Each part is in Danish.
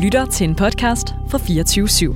lytter til en podcast fra 24/7.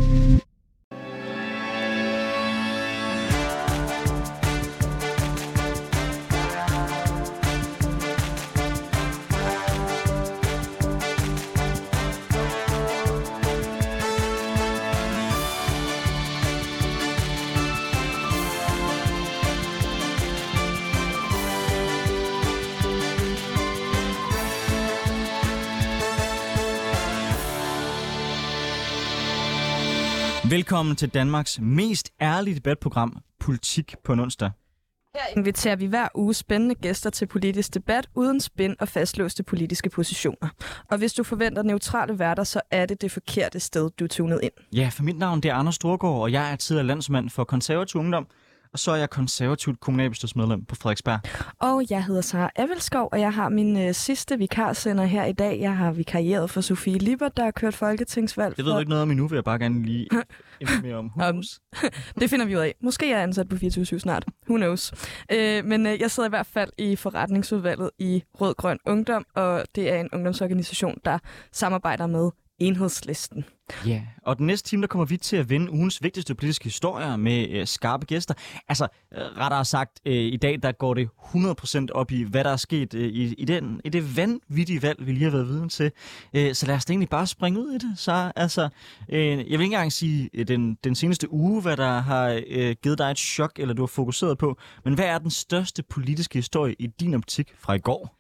Velkommen til Danmarks mest ærlige debatprogram, Politik på en onsdag. Her inviterer vi hver uge spændende gæster til politisk debat uden spin og fastlåste politiske positioner. Og hvis du forventer neutrale værter, så er det forkerte sted, du er tunet ind. Ja, for mit navn det er Anders Storgård, og jeg er tidligere landsmand for Konservativ Ungdom. Og så er jeg konservativt kommunalbestyrelsesmedlem på Frederiksberg. Og jeg hedder Sara Avelskov, og jeg har min sidste vikarsender her i dag. Jeg har vikarieret for Sofie Lippert, der har kørt folketingsvalg. Det ved du ikke noget om endnu, vil jeg bare gerne lige informere om. Det finder vi ud af. Måske er jeg ansat på 24/7 snart. Who knows? Men jeg sidder i hvert fald i forretningsudvalget i Rød Grøn Ungdom, og det er en ungdomsorganisation, der samarbejder med Enhedslisten. Ja, og den næste time, der kommer vi til at vende ugens vigtigste politiske historier med skarpe gæster. Altså, rettere sagt, i dag der går det 100% op i, hvad der er sket i det vanvittige valg, vi lige har været vidne til. Så lad os da egentlig bare springe ud i det. Så altså, jeg vil ikke engang sige den seneste uge, hvad der har givet dig et chok, eller du har fokuseret på. Men hvad er den største politiske historie i din optik fra i går?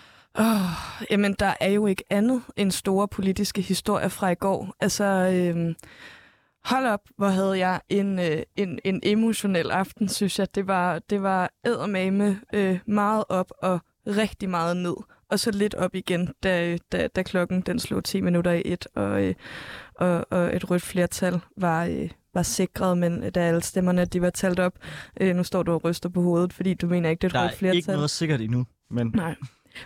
Jamen, der er jo ikke andet end store politiske historier fra i går. Altså, hold op, hvor havde jeg en emotionel aften, synes jeg. Det var eddermame meget op og rigtig meget ned. Og så lidt op igen, da klokken den slog 10 minutter i 1, og et rødt flertal var sikret, men da alle stemmerne de var talt op. Nu står du og ryster på hovedet, fordi du mener ikke, det er et rødt flertal. Der er ikke noget sikkert endnu, men... Nej.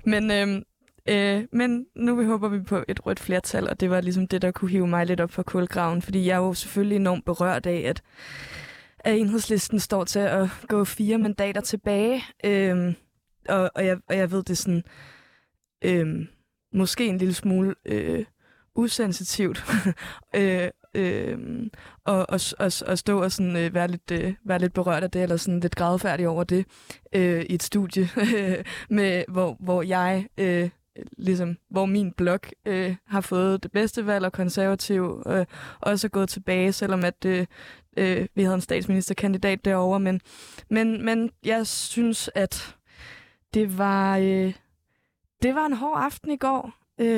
Men nu håber vi på et rødt flertal, og det var ligesom det, der kunne hive mig lidt op fra kulgraven, fordi jeg er jo selvfølgelig enormt berørt af, at Enhedslisten står til at gå 4 mandater tilbage, og jeg ved, det er sådan måske en lille smule usensitivt og stå og sådan, være lidt berørt af det, eller sådan lidt grædefærdig over det i et studie, med, hvor jeg, hvor min blok har fået det bedste valg, og konservativ også er gået tilbage, selvom at vi havde en statsministerkandidat derovre. Men jeg synes, at det var en hård aften i går,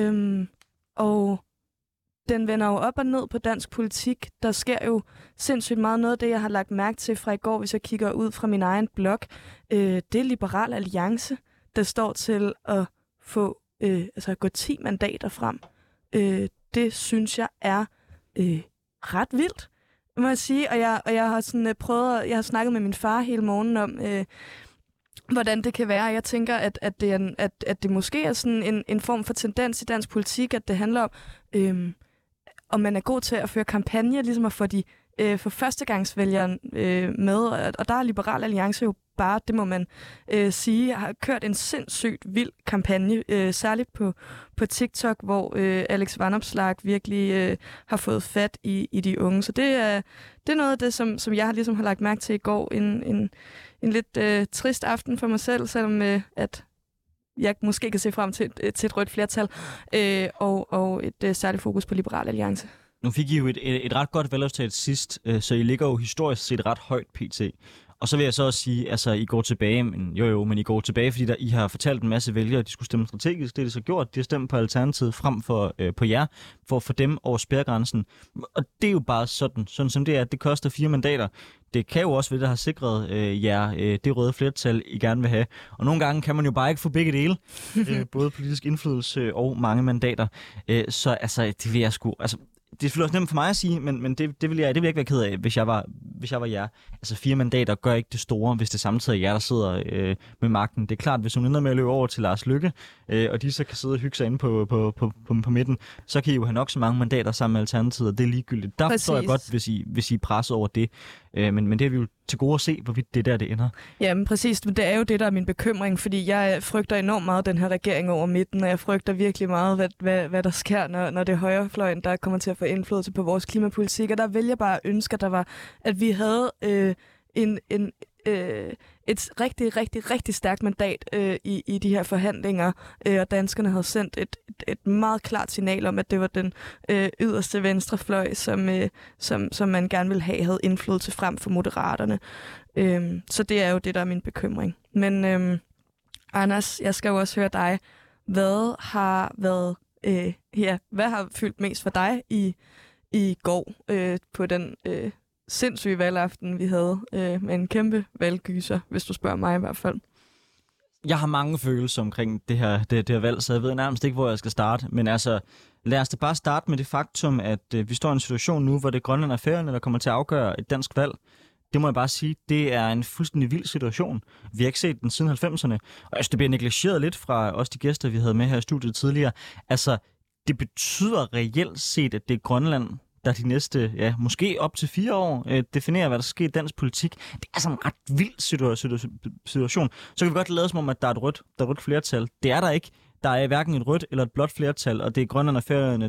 og den vender jo op og ned på dansk politik. Der sker jo sindssygt meget. Noget af det, jeg har lagt mærke til fra i går, hvis jeg kigger ud fra min egen blog, det er Liberal Alliance, der står til at få at gå 10 mandater frem. Det synes jeg er ret vildt, må jeg sige. Og jeg har sådan jeg har snakket med min far hele morgenen om, hvordan det kan være. Jeg tænker, at det måske er sådan en form for tendens i dansk politik, at det handler om man er god til at føre kampagne, ligesom at få for førstegangsvælgeren med. Og der er Liberal Alliance jo bare, det må man sige, har kørt en sindssygt vild kampagne, særligt på TikTok, hvor Alex Vanopslagh virkelig har fået fat i de unge. Så det er noget af det, som jeg ligesom har lagt mærke til i går. En lidt trist aften for mig selv, selvom at jeg måske kan se frem til et rødt flertal, og et særligt fokus på Liberal Alliance. Nu fik I jo et ret godt valgresultat sidst, så I ligger jo historisk set ret højt pt. Og så vil jeg så også sige, altså I går tilbage, men I går tilbage, fordi I har fortalt en masse vælgere, at de skulle stemme strategisk. Det er det så gjort. De har stemt på Alternativet frem for på jer, for at få dem over spærregrænsen. Og det er jo bare sådan som det er. Det koster 4 mandater. Det kan jo også være, der har sikret jer det røde flertal, I gerne vil have. Og nogle gange kan man jo bare ikke få begge dele. Både politisk indflydelse og mange mandater. Så altså, det vil jeg sgu... Altså, det er selvfølgelig også nemt for mig at sige, men det vil jeg ikke være ked af, hvis jeg var jer. Altså 4 mandater gør ikke det store, hvis det samtidig er jer, der sidder med magten. Det er klart, hvis hun ender med at løbe over til Lars Løkke, og de så kan sidde og hygge sig inde på midten, så kan I jo have nok så mange mandater sammen med Alternativet, og det er ligegyldigt. Der forstår jeg godt, hvis I er presset over det. Men det er vi jo til gode at se, hvorvidt det er der, det ender. Jamen præcis, det er jo det, der er min bekymring, fordi jeg frygter enormt meget den her regering over midten, og jeg frygter virkelig meget, hvad der sker, når det er højrefløjen, der kommer til at få indflydelse på vores klimapolitik, og der vælger bare at ønske, at vi havde et rigtig stærkt mandat i de her forhandlinger, og danskerne havde sendt et meget klart signal om, at det var den yderste venstrefløj, som man gerne ville have havde indflydelse frem for Moderaterne. Så det er jo det, der er min bekymring. Men Anders, jeg skal jo også høre dig. Hvad har fyldt mest for dig i går på den sindssyge valgaften, vi havde med en kæmpe valggyser, hvis du spørger mig i hvert fald? Jeg har mange følelser omkring det her valg, så jeg ved nærmest ikke, hvor jeg skal starte. Men altså, lad os da bare starte med det faktum, at vi står i en situation nu, hvor det er Grønland og Færøerne, der kommer til at afgøre et dansk valg. Det må jeg bare sige, det er en fuldstændig vild situation. Vi har ikke set den siden 90'erne. Og altså, det bliver negligeret lidt fra også de gæster, vi havde med her i studiet tidligere. Altså, det betyder reelt set, at det er Grønland, der de næste, måske op til 4 år, definerer, hvad der sker i dansk politik. Det er sådan en ret vild situation. Så kan vi godt lade som om, at der er et rødt flertal. Det er der ikke. Der er hverken et rødt eller et blåt flertal, og det er Grønland og Færøerne,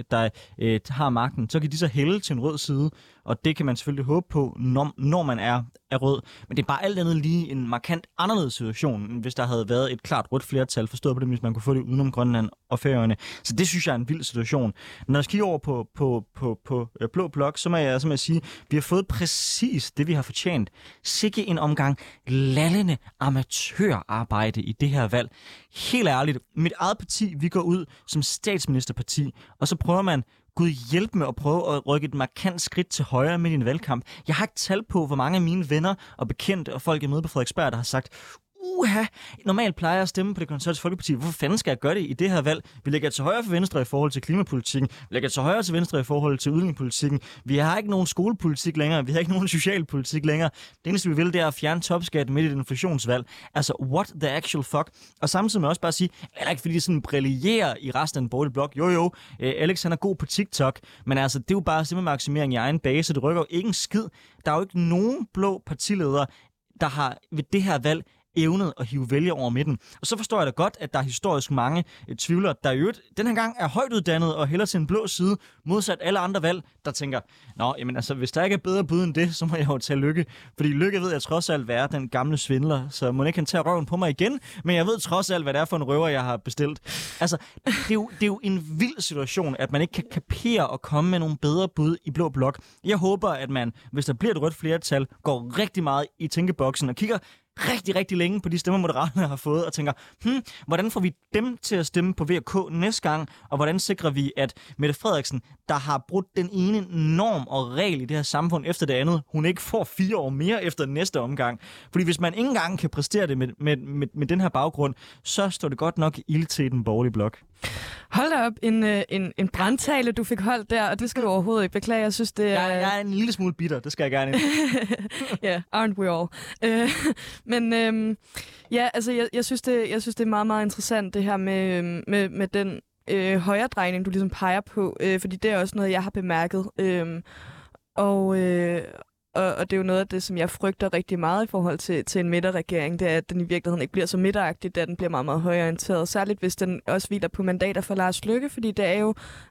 der har magten. Så kan de så hælde til en rød side, og det kan man selvfølgelig håbe på, når man er rød. Men det er bare alt andet lige en markant anderledes situation, end hvis der havde været et klart rødt flertal, forstået på det, hvis man kunne få det udenom Grønland og Færøerne. Så det synes jeg er en vild situation. Når jeg kigger over på Blå Blok, så må jeg sige, at vi har fået præcis det, vi har fortjent. Sikke en omgang lallende amatørarbejde i det her valg. Helt ærligt, mit eget parti, vi går ud som statsministerparti, og så prøver man, Gud hjælp med at prøve at rykke et markant skridt til højre midt i en valgkamp. Jeg har ikke tal på, hvor mange af mine venner og bekendte og folk, jeg møder på Frederiksberg, der har sagt, normalt plejer jeg at stemme på Det Konservative Folkeparti. Hvorfor fanden skal jeg gøre det i det her valg? Vi lægger til højre for venstre i forhold til klimapolitikken. Vi lægger til højre til venstre i forhold til udlændingepolitikken. Vi har ikke nogen skolepolitik længere. Vi har ikke nogen socialpolitik længere. Det eneste, vi vil, det er at fjerne topskatten midt i et inflationsvalg. Altså, what the actual fuck? Og samtidig med også bare sige, eller ikke fordi det sådan brillerer i resten af den borgerlige blok. Jo, Alex han er god på TikTok, men altså, det er jo bare stemmemaksimering i egen base. Det rykker jo ikke en skid. Der er jo ikke nogen blå partiledere, der har ved det her valg evnet at hive vælgere over midten. Og så forstår jeg da godt, at der er historisk mange tvivlere, der i øvrigt den her gang er højt uddannet og hælder til en blå side, modsat alle andre valg, der tænker, hvis der ikke er bedre bud end det, så må jeg jo tage Lykke. Fordi Lykke ved jeg trods alt, hvad er den gamle svindler, så må ikke han tage røven på mig igen, men jeg ved trods alt, hvad det er for en røver, jeg har bestilt. Altså, det er jo en vild situation, at man ikke kan kapere og komme med nogle bedre bud i Blå Blok. Jeg håber, at man, hvis der bliver et rødt flertal, går rigtig meget i tænkeboksen og kigger rigtig længe på de stemmer, Moderaterne har fået, og tænker, hvordan får vi dem til at stemme på VK næste gang, og hvordan sikrer vi, at Mette Frederiksen, der har brudt den ene norm og regel i det her samfund efter det andet, hun ikke får 4 år mere efter næste omgang. Fordi hvis man ikke engang kan præstere det med den her baggrund, så står det godt nok ilde til den borgerlige blok. Hold da op, en brandtale, du fik holdt der, og det skal du overhovedet ikke beklage. Jeg synes, det er... Jeg er en lille smule bitter, det skal jeg gerne. Ja, aren't we all? Jeg synes, det er meget, meget interessant, det her med den højredrejning, du ligesom peger på, fordi det er også noget, jeg har bemærket. Og det er jo noget af det, som jeg frygter rigtig meget i forhold til en midterregering, det er, at den i virkeligheden ikke bliver så midteragtig, da den bliver meget, meget højreorienteret. Særligt hvis den også hviler på mandater for Lars Løkke, fordi det er jo,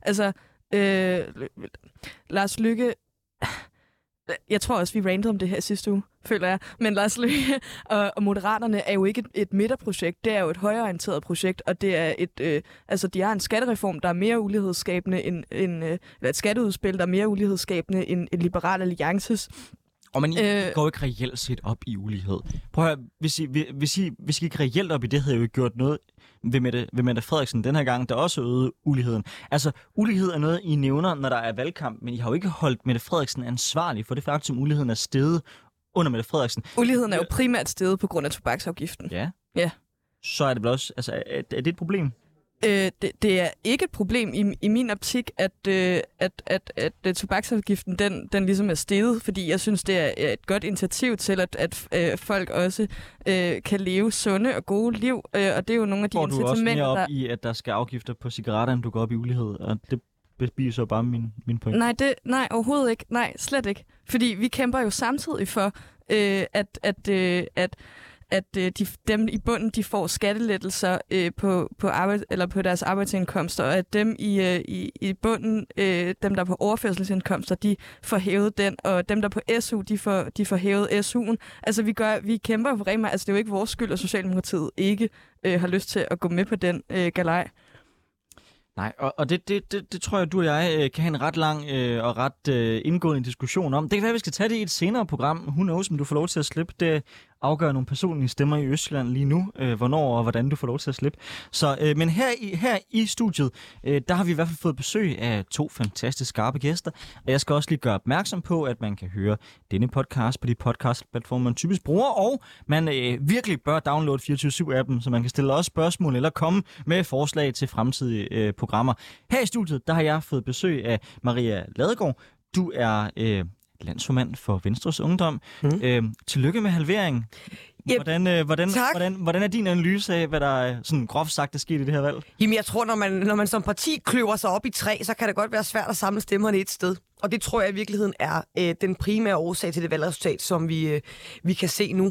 Lars Løkke... Jeg tror også, vi rantede om det her sidste uge, føler jeg. Men Lars Løkke og Moderaterne er jo ikke et midterprojekt. Det er jo et højreorienteret projekt, og det er de har en skattereform, der er mere ulighedsskabende eller et skatteudspil, der er mere ulighedsskabende end Liberal Alliances. Og man går ikke reelt set op i ulighed. Prøv at høre, hvis I gik reelt op i det, havde I jo gjort noget ved Mette Frederiksen den her gang, der også øgede uligheden. Altså, ulighed er noget, I nævner, når der er valgkamp, men I har jo ikke holdt Mette Frederiksen ansvarlig for det faktum, uligheden er steget under Mette Frederiksen. Uligheden er jo primært steget på grund af tobaksafgiften. Ja. Så er det vel også, altså, er det et problem? Det er ikke et problem i min optik, at tobaksafgiften den ligesom er steget, fordi jeg synes, det er et godt initiativ til, at folk også kan leve sunde og gode liv, og det er jo nogle af de incitamenter, du også mere op i, at der skal afgifter på cigaretter, end du går op i ulighed, og det beviser bare min point. Nej, overhovedet ikke. Nej, slet ikke. Fordi vi kæmper jo samtidig for, at dem i bunden, de får skattelettelser på deres arbejdsindkomster, og at dem i bunden, dem der er på overførselsindkomster, de får hævet den, og dem der er på SU, de får hævet SU'en. Altså vi kæmper jo for rent, altså det er jo ikke vores skyld, at Socialdemokratiet ikke har lyst til at gå med på den galej. Nej, og det tror jeg, du og jeg kan have en ret lang og ret indgående diskussion om. Det kan være, at vi skal tage det i et senere program. Who knows, om du får lov til at slippe. Det afgør nogle personlige stemmer i Østjylland lige nu, hvornår og hvordan du får lov til at slippe. Så, men her i studiet, der har vi i hvert fald fået besøg af 2 fantastisk skarpe gæster. Og jeg skal også lige gøre opmærksom på, at man kan høre denne podcast på de podcast-platformer, man typisk bruger, og man virkelig bør downloade 24/7-appen, så man kan stille også spørgsmål eller komme med forslag til fremtidige programmer. Her i studiet, der har jeg fået besøg af Maria Ladegaard. Du er landsformand for Venstres Ungdom. Tillykke med halveringen. Yep. Hvordan er din analyse af, hvad der sådan groft sagt er sket i det her valg? Jamen, jeg tror, når man som parti kløver sig op i 3, så kan det godt være svært at samle stemmerne et sted. Og det tror jeg i virkeligheden er den primære årsag til det valgresultat, som vi kan se nu.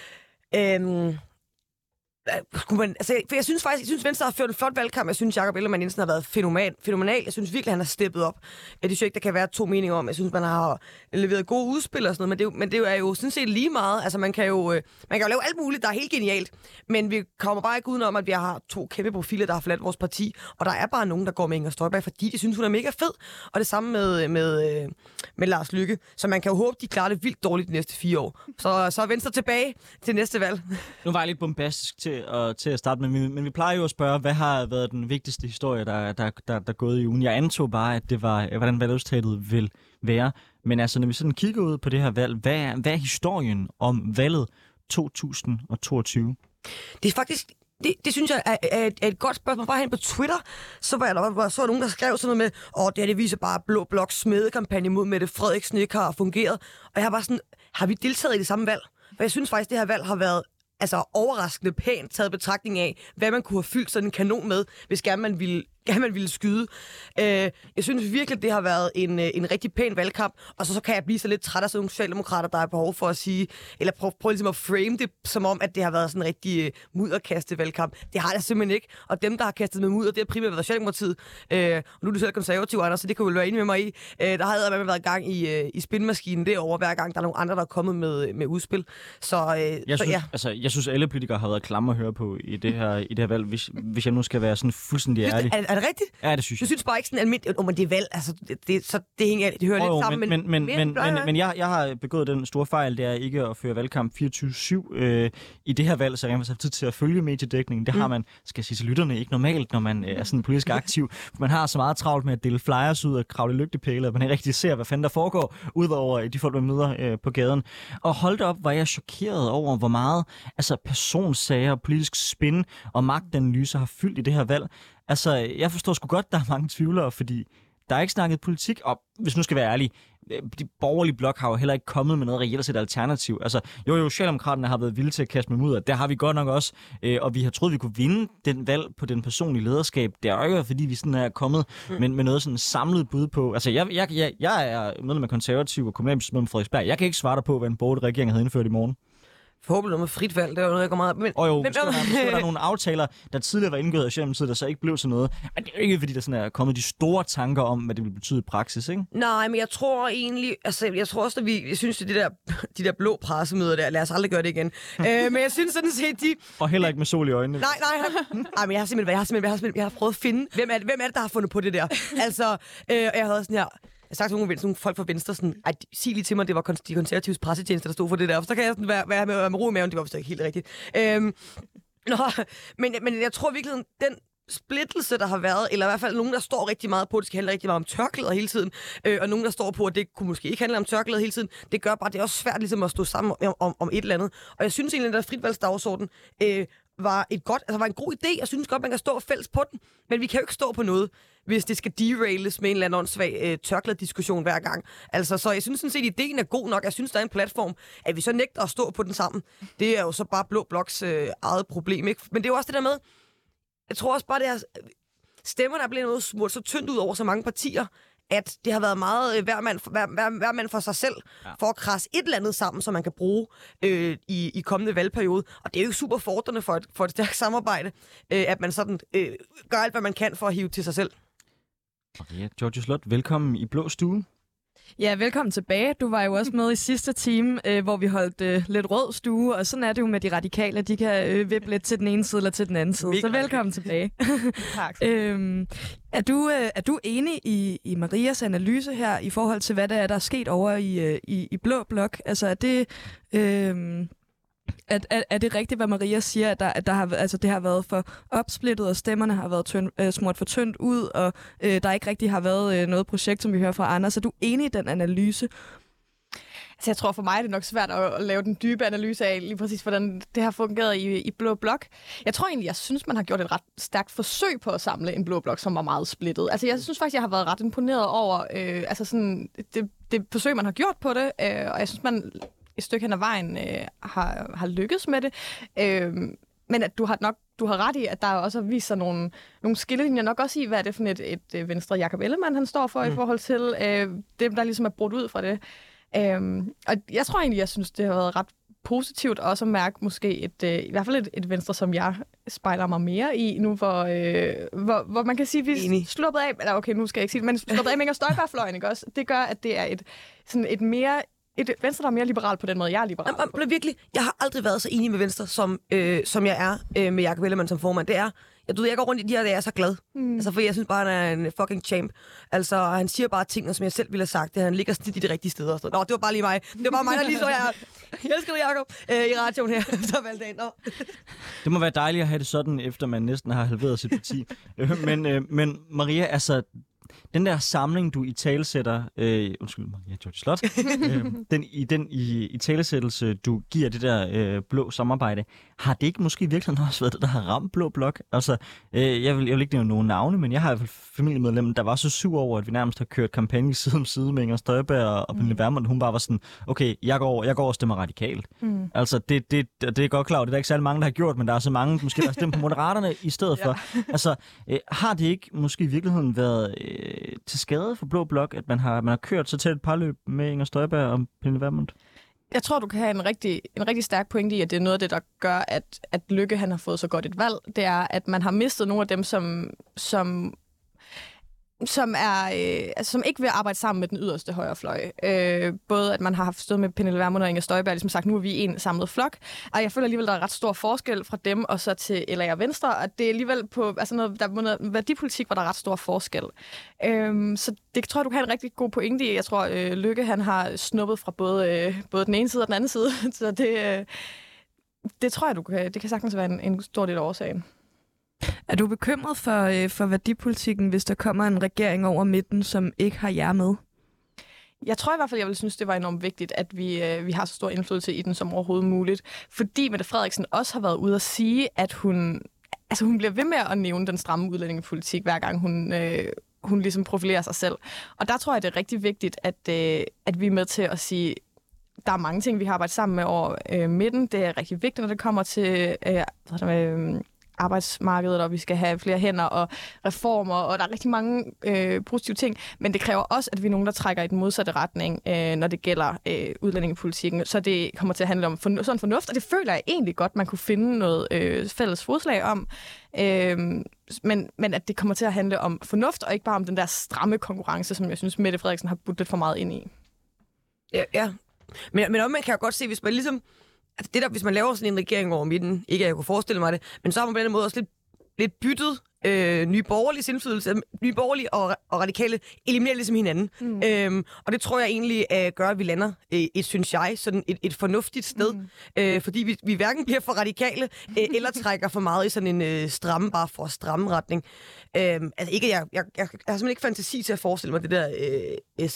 For jeg synes Venstre har ført en flot valgkamp. Jeg synes, Jakob Ellemann-Jensen har været fænomenal. Jeg synes virkelig, han har steppet op. Jeg synes ikke, der kan være 2 meninger om. Jeg synes, man har leveret gode udspil og sådan noget, men det er jo sådan set lige meget. Altså, man kan jo lave alt muligt, der er helt genialt. Men vi kommer bare ikke udenom, at vi har 2 kæmpe profiler, der har forladt vores parti. Og der er bare nogen, der går med Inger Støjberg, fordi de synes, hun er mega fed. Og det samme med Lars Løkke. Så man kan jo håbe, de klarer det vildt dårligt de næste 4 år. Så er Venstre tilbage til næste valg. Nu var jeg lidt bombastisk til at starte med, men vi plejer jo at spørge, hvad har været den vigtigste historie, der er gået i ugen? Jeg antog bare, at det var, hvordan valgresultatet vil være. Men altså, når vi sådan kigger ud på det her valg, hvad er historien om valget 2022? Det er faktisk... Det synes jeg er et godt spørgsmål. Bare hen på Twitter, så var der nogen, der skrev sådan noget med, det viser bare, at Blå Bloks smedekampagne mod Mette Frederiksen ikke har fungeret. Og jeg var sådan, har vi deltaget i det samme valg? For jeg synes faktisk, det her valg har været overraskende pænt taget betragtning af, hvad man kunne have fyldt sådan en kanon med, hvis gerne man ville skyde. Jeg synes virkelig, det har været en rigtig pæn valgkamp, og så kan jeg blive så lidt træt af sådan nogle socialdemokrater, der er behov for at sige, eller prøve ligesom at frame det, som om, at det har været sådan en rigtig mudderkaste valgkamp. Det har det simpelthen ikke, og dem, der har kastet med mudder, det har primært været Socialdemokratiet, og nu er du selv konservativ, Anders, så det kan du vel være enig med mig i. Der har man været i gang i spinmaskinen derovre, hver gang der er nogle andre, der er kommet med udspil. Jeg synes, alle politikere har været klamme at høre på i det her valg, hvis jeg nu skal være sådan fuldstændig ærlig. Er det rigtigt? Ja, det synes jeg. Du synes bare ikke sådan almindeligt, men det er valg, altså det hører lidt sammen. Men jeg har begået den store fejl, det er ikke at føre valgkamp 24/7 i det her valg, så jeg har tid til at følge mediedækningen. Det har man, skal jeg sige til lytterne, ikke normalt, når man er sådan politisk aktiv. Man har så meget travlt med at dele flyers ud og kravle lygtepæle, at man ikke rigtig ser, hvad fanden der foregår, udover de folk, der møder på gaden. Og holdt op, var jeg chokeret over, hvor meget personsager, politisk spin og magtanalyse har fyldt i det her valg. Altså, jeg forstår sgu godt, der er mange tvivlere, fordi der er ikke snakket politik. Og hvis nu skal være ærlig, de borgerlige blok har jo heller ikke kommet med noget reelt set alternativ. Altså, Socialdemokraterne har været villige til at kaste med mudder. Det har vi godt nok også. Og vi har troet, vi kunne vinde den valg på den personlige lederskab. Det er jo ikke, fordi vi sådan er kommet med noget sådan samlet bud på. Altså, jeg er medlem af konservativ og kommunalbestyrelsesmedlem Frederiksberg. Jeg kan ikke svare dig på, hvad en borgerlig regering havde indført i morgen. Forhåbentlig med frit valg, det er jo noget, jeg går meget... Men der er nogle aftaler, der tidligere var indgået af Socialdemokratiet, der så ikke blev sådan noget. Men det er jo ikke, fordi der sådan er kommet de store tanker om, hvad det vil betyde i praksis, ikke? Nej, men jeg tror egentlig... Altså, jeg tror også, at jeg synes, at de der blå pressemøder der, lad os aldrig gøre det igen. Men jeg synes sådan set, de... Og heller ikke med sol i øjnene. Nej, men jeg har prøvet at finde... Hvem er det, der har fundet på det der? Altså, jeg havde sådan her... Jeg har sagt til nogle folk fra Venstre sådan, sig lige til mig, det var de konservatives pressetjenester, der stod for det der, for så kan jeg sådan være med ro i maven, det var vist ikke helt rigtigt. Men jeg tror virkelig, den splittelse, der har været, eller i hvert fald nogen, der står rigtig meget på, det skal handle rigtig meget om tørklæder hele tiden, og nogen, der står på, at det kunne måske ikke handle om tørklæder hele tiden, det gør bare, det er også svært ligesom at stå sammen om et eller andet. Og jeg synes egentlig, at der er fritvalgsdagsorden, var en god idé. Jeg synes godt, man kan stå fælles på den. Men vi kan jo ikke stå på noget, hvis det skal derailes med en eller anden åndssvag tørklæde-diskussion hver gang. Altså, så jeg synes sådan set, ideen er god nok. Jeg synes, der er en platform, at vi så nægter at stå på den sammen. Det er jo så bare Blå Bloks eget problem, ikke? Men det er jo også det der med, jeg tror også bare, det her stemmerne er blevet noget smurt så tyndt ud over så mange partier, at det har været meget hver mand for sig selv, for at krasse et eller andet sammen, som man kan bruge i kommende valgperiode. Og det er jo ikke super fordrende for et stærkt samarbejde, at man sådan gør alt, hvad man kan for at hive til sig selv. Maria Georgie Slot, velkommen i Blå Stue. Ja, velkommen tilbage. Du var jo også med i sidste time, hvor vi holdt lidt rød stue, og sådan er det jo med de radikale. De kan vippe lidt til den ene side eller til den anden side. Så velkommen tilbage. Tak. Er du enig i Marias analyse her i forhold til, hvad der er sket over i Blå Blok? Altså er det... Er det rigtigt, hvad Maria siger, at det har været for opsplittet, og stemmerne har været smurt for tyndt ud, og der ikke rigtig har været noget projekt, som vi hører fra Anders? Er du enig i den analyse? Altså, jeg tror for mig, det er nok svært at lave den dybe analyse af lige præcis, hvordan det har fungeret i Blå Blok. Jeg tror egentlig, jeg synes, man har gjort et ret stærkt forsøg på at samle en Blå Blok, som var meget splittet. Altså, jeg synes faktisk, jeg har været ret imponeret over det forsøg, man har gjort på det, og jeg synes, man et stykke hen ad vejen har lykkes med det. Men at du har ret i, at der også har vist sig nogle skillelinjer, nok også i, hvad er det for et Venstre Jakob Ellemann, han står for i forhold til dem, der ligesom er brudt ud fra det. Og jeg tror egentlig, jeg synes, det har været ret positivt også at mærke måske i hvert fald et Venstre, som jeg spejler mig mere i nu, hvor man kan sige, at vi sluppet af, eller okay, nu skal jeg ikke sige det, men sluppet af med Inger Støjberg-fløjen, ikke også? Det gør, at det er et Venstre, der er mere liberal på den måde, jeg er liberal på. Virkelig, jeg har aldrig været så enig med Venstre, som jeg er med Jakob Ellemann som formand. Det er, jeg går rundt i de her, jeg er så glad. Altså, for jeg synes bare, han er en fucking champ. Altså, han siger bare ting, som jeg selv ville have sagt. Han ligger snit i de rigtige steder. Nå, det var bare lige mig. Det var bare mig, der lige så jeg elsker dig, Jakob, i radioen her. Så valgte dagen. Det må være dejligt at have det sådan, efter man næsten har halveret sit parti. Men Maria, altså... Den der samling, du italesætter, undskyld Maria Georgie Slot, den italesættelse, du giver det der blå samarbejde, har det ikke måske virkelig også været det, der har ramt Blå Blok? Altså, jeg vil ikke nævne nogen navne, men jeg har i hvert fald familiemedlemmer, der var så sur over, at vi nærmest har kørt kampagne side om side med Inger Støjberg og Pernille Vermund. Hun bare var sådan, okay, jeg går og stemmer radikalt. Altså, det er godt klart, det er der ikke særlig mange, der har gjort, men der er så mange, måske der har stemt på Moderaterne i stedet for. Altså, har det ikke måske i virkeligheden været til skade for Blå Blok, at man har kørt så tæt et parløb med Inger Støjberg og Pernille Vermund? Jeg tror, du kan have en rigtig stærk pointe i, at det er noget af det, der gør, at Løkke han har fået så godt et valg. Det er, at man har mistet nogle af dem, som ikke vil arbejde sammen med den yderste højrefløj. Både at man har stået med Pernille Vermund og Inger Støjberg, ligesom sagt, nu er vi en samlet flok, og jeg føler alligevel, der er ret stor forskel fra dem og så til LA og Venstre, og det er alligevel på noget værdipolitik, hvor der er ret stor forskel. Så det tror jeg, du kan have en rigtig god pointe i. Jeg tror, Løkke han har snuppet fra både den ene side og den anden side, så det tror jeg, det kan sagtens være en stor del af årsagen. Er du bekymret for værdipolitikken, hvis der kommer en regering over midten, som ikke har jer med? Jeg tror i hvert fald, jeg ville synes, det var enormt vigtigt, at vi har så stor indflydelse i den som overhovedet muligt. Fordi Mette Frederiksen også har været ude at sige, at hun bliver ved med at nævne den stramme udlændingepolitik, hver gang hun ligesom profilerer sig selv. Og der tror jeg, det er rigtig vigtigt, at vi er med til at sige, der er mange ting, vi har arbejdet sammen med over midten. Det er rigtig vigtigt, når det kommer til arbejdsmarkedet, og vi skal have flere hænder og reformer, og der er rigtig mange positive ting, men det kræver også, at vi er nogen, der trækker i den modsatte retning, når det gælder udlændingepolitikken, så det kommer til at handle om sådan fornuft, og det føler jeg egentlig godt, man kunne finde noget fælles fodslag om, men at det kommer til at handle om fornuft, og ikke bare om den der stramme konkurrence, som jeg synes, Mette Frederiksen har budt lidt for meget ind i. Ja. Men om man kan jo godt se, hvis man ligesom altså det der, hvis man laver sådan en regering over midten, ikke at jeg kunne forestille mig det, men så har man på den måde også lidt byttet Nye Borgerliges indflydelse. Nye Borgerlige og radikale eliminerer ligesom hinanden. Og det tror jeg egentlig gør, at vi lander synes jeg, sådan et fornuftigt sted. Fordi vi hverken bliver for radikale, eller trækker for meget i sådan en stramme, bare for stramme retning. Altså ikke, jeg har simpelthen ikke fantasi til at forestille mig det der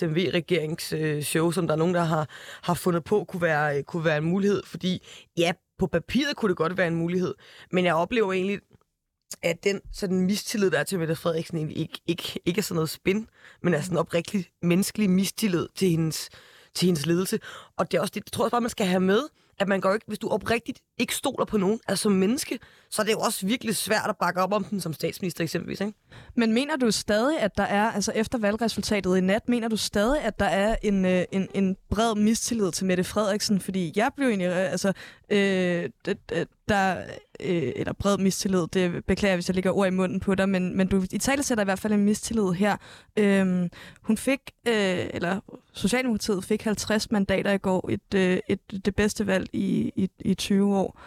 SMV-regeringsshow, som der er nogen, der har fundet på, kunne være en mulighed. Fordi ja, på papiret kunne det godt være en mulighed, men jeg oplever egentlig, at den sådan mistillid, der er til Mette Frederiksen, egentlig ikke er sådan noget spin, men er sådan en oprigtig menneskelig mistillid til hendes ledelse. Og det er også det, tror jeg bare, man skal have med, at man går ikke, hvis du oprigtigt ikke stoler på nogen, altså som menneske, så er det jo også virkelig svært at bakke op om den som statsminister eksempelvis, ikke? Men mener du stadig, at der er, altså efter valgresultatet i nat, mener du stadig, at der er en bred mistillid til Mette Frederiksen? Fordi jeg blev egentlig, eller bred mistillid, det beklager, hvis jeg lægger ord i munden på dig, men du i tale sætter i hvert fald en mistillid her. Hun fik, eller Socialdemokratiet fik 50 mandater i går, det bedste valg i 20 år.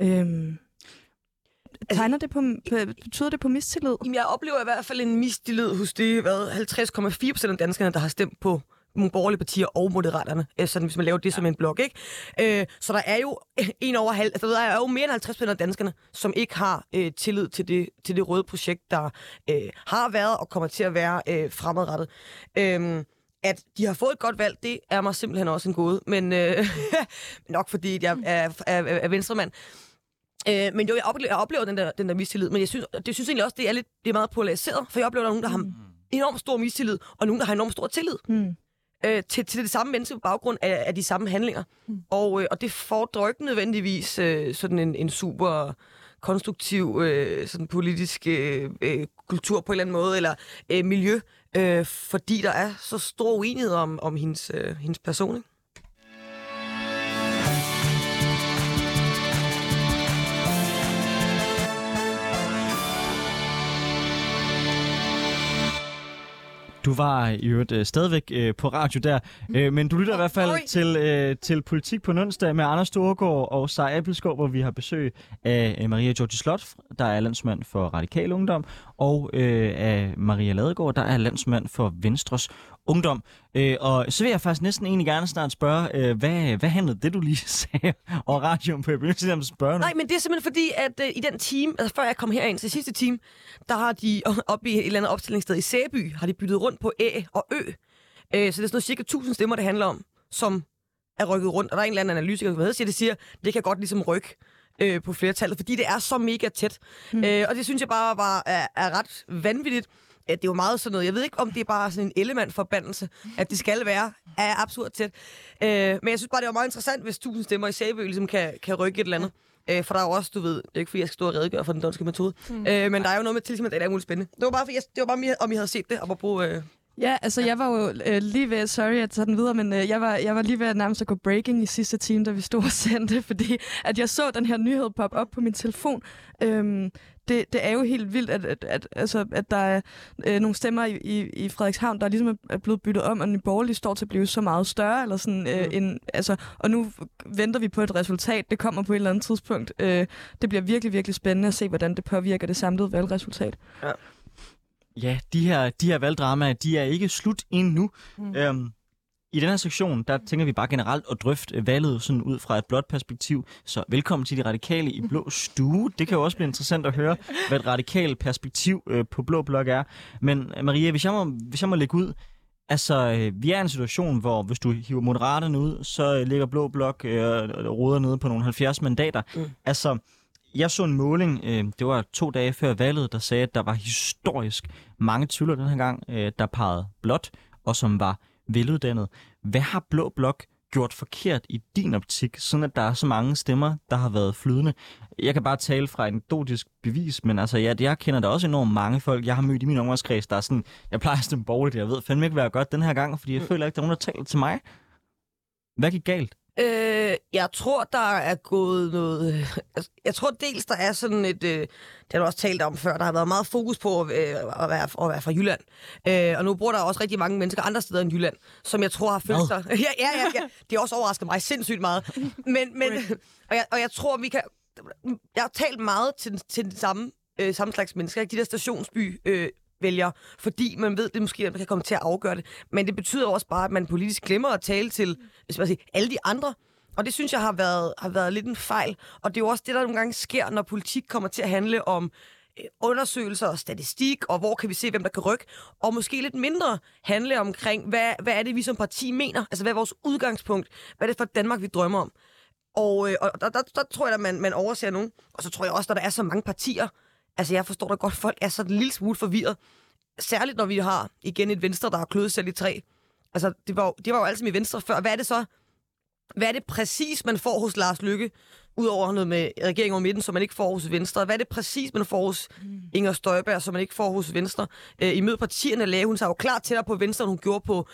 Betyder det på mistillid? Jamen, jeg oplever i hvert fald en mistillid hos det, 50,4% af danskerne, der har stemt på nogle borgerlige partier og Moderaterne, sådan hvis man laver det som en blok, ikke? Så der er jo der er jo mere end 50% af danskerne, som ikke har tillid til det røde projekt, der har været og kommer til at være fremadrettet. At de har fået et godt valg, det er mig simpelthen også en gåde, men nok fordi jeg er venstremand. Men jo, jeg oplever den der mistillid, men jeg synes egentlig også, det er meget polariseret, for jeg oplever, at der er nogen, der har enormt stor mistillid, og nogen, der har enormt stor tillid til det samme menneske på baggrund af de samme handlinger. Og det fordrer ikke nødvendigvis sådan en super konstruktiv sådan politisk kultur på en eller anden måde, eller miljø, fordi der er så stor uenighed om hendes person, ikke? Du var i øvrigt stadigvæk på radio der, men du lytter i hvert fald til Politik på onsdag med Anders Storgård og Sara Abelskov, hvor vi har besøg af Maria Georgi Slot, der er landsmand for Radikal Ungdom, og af Maria Ladegaard, der er landsmand for Venstres Ungdom. Og så vil jeg faktisk næsten egentlig gerne snart spørge, hvad handlede det, du lige sagde over radioen på? Jeg bliver til at spørge nu. Nej, men det er simpelthen fordi, at i den time, altså før jeg kom herind til sidste time, der har de oppe i et eller andet opstillingssted i Sæby, har de byttet rundt på Æ og Ø. Så det er sådan noget cirka 1000 stemmer, det handler om, som er rykket rundt. Og der er en eller anden analytiker, der siger, det kan godt ligesom rykke på flertallet, fordi det er så mega tæt. Og det synes jeg bare er ret vanvittigt. Det er jo meget sådan noget. Jeg ved ikke, om det er bare sådan en element-forbandelse, at det skal være absurd tæt. Men jeg synes bare, det var meget interessant, hvis 1000 stemmer i Sæby ligesom kan rykke et eller andet. For der er jo også, du ved, det er ikke fordi, jeg skal stå og redegøre for den danske metode. Men der er jo noget med til, at det er muligt spændende. Det var bare, om I havde set det, apropos... Ja, altså jeg var jo lige ved, sorry at tage den videre, men jeg var lige ved at nærmest at gå breaking i sidste time, da vi stod og sendte, fordi at jeg så den her nyhed poppe op på min telefon. Det er jo helt vildt, at der er nogle stemmer i Frederikshavn, der ligesom er blevet byttet om, og Nye Borgerlige står til at blive så meget større, eller sådan, og nu venter vi på et resultat, det kommer på et eller andet tidspunkt. Det bliver virkelig, virkelig spændende at se, hvordan det påvirker det samlede valgresultat. Ja. Ja, de her valgdramaer, de er ikke slut endnu. I den her sektion, der tænker vi bare generelt at drøfte valget sådan ud fra et blåt perspektiv. Så velkommen til de radikale i Blå Stue. Det kan jo også blive interessant at høre, hvad et radikalt perspektiv på Blå Blok er. Men Maria, hvis jeg må lægge ud, altså vi er i en situation, hvor hvis du hiver Moderaterne ud, så ligger Blå Blok roder nede på nogle 70 mandater. Altså... Jeg så en måling, det var 2 dage før valget, der sagde, at der var historisk mange tvivlere den her gang, der pegede blåt, og som var veluddannet. Hvad har Blå Blok gjort forkert i din optik, sådan at der er så mange stemmer, der har været flydende? Jeg kan bare tale fra anekdotisk bevis, men altså, jeg kender da også enormt mange folk, jeg har mødt i min omgangskreds, der er sådan, jeg plejer at stemme borgerligt, jeg ved fandme ikke, hvad jeg gør den her gang, fordi jeg føler ikke, der er nogen, der taler til mig. Hvad gik galt? Jeg tror, der er gået noget... Jeg tror dels, der er sådan et... det har du også talt om før. Der har været meget fokus på at være fra Jylland. Og nu bor der også rigtig mange mennesker andre steder end Jylland, som jeg tror har følt sig... Ja. Det har også overrasket mig sindssygt meget. Og jeg tror, vi kan... Jeg har talt meget til den samme slags mennesker. Ikke? De der stationsby... vælger, fordi man ved, det måske kan komme til at afgøre det. Men det betyder også bare, at man politisk glemmer at tale til alle de andre. Og det synes jeg har været lidt en fejl. Og det er jo også det, der nogle gange sker, når politik kommer til at handle om undersøgelser og statistik, og hvor kan vi se, hvem der kan rykke. Og måske lidt mindre handle omkring, hvad er det, vi som parti mener? Altså, hvad er vores udgangspunkt? Hvad er det for Danmark, vi drømmer om? Og der tror jeg, at man overser nogen. Og så tror jeg også, at der er så mange partier. Altså, jeg forstår da godt, at folk er så en lille smule forvirret. Særligt, når vi har igen et Venstre, der har kløet selv i 3. Altså, det var jo altid i Venstre før. Hvad er det så? Hvad er det præcis, man får hos Lars Løkke? Udover noget med regeringen over midten, som man ikke får hos Venstre. Hvad er det præcis, man får hos Inger Støjberg, som man ikke får hos Venstre? I mødet partierne lagde hun sig jo klart tættere på Venstre, end hun gjorde på...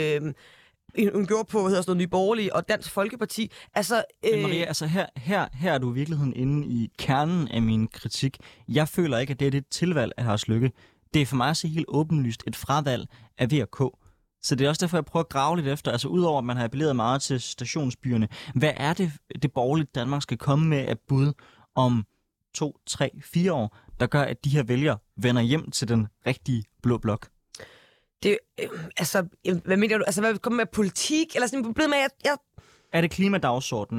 Nye Borgerlige og Dansk Folkeparti. Altså, Maria, altså her er du i virkeligheden inde i kernen af min kritik. Jeg føler ikke, at det er et tilvalg af Lars Løkke. Det er for mig at se helt åbenlyst et fravalg af VK. Så det er også derfor, jeg prøver at grave lidt efter. Altså udover, at man har appelleret meget til stationsbyerne. Hvad er det borgerlige Danmark skal komme med af bud om 2, 3, 4 år, der gør, at de her vælgere vender hjem til den rigtige blå blok? Det, hvad mener du? Altså, hvad kommer med politik? Eller sådan, med, jeg... Er det klimadagsordenen?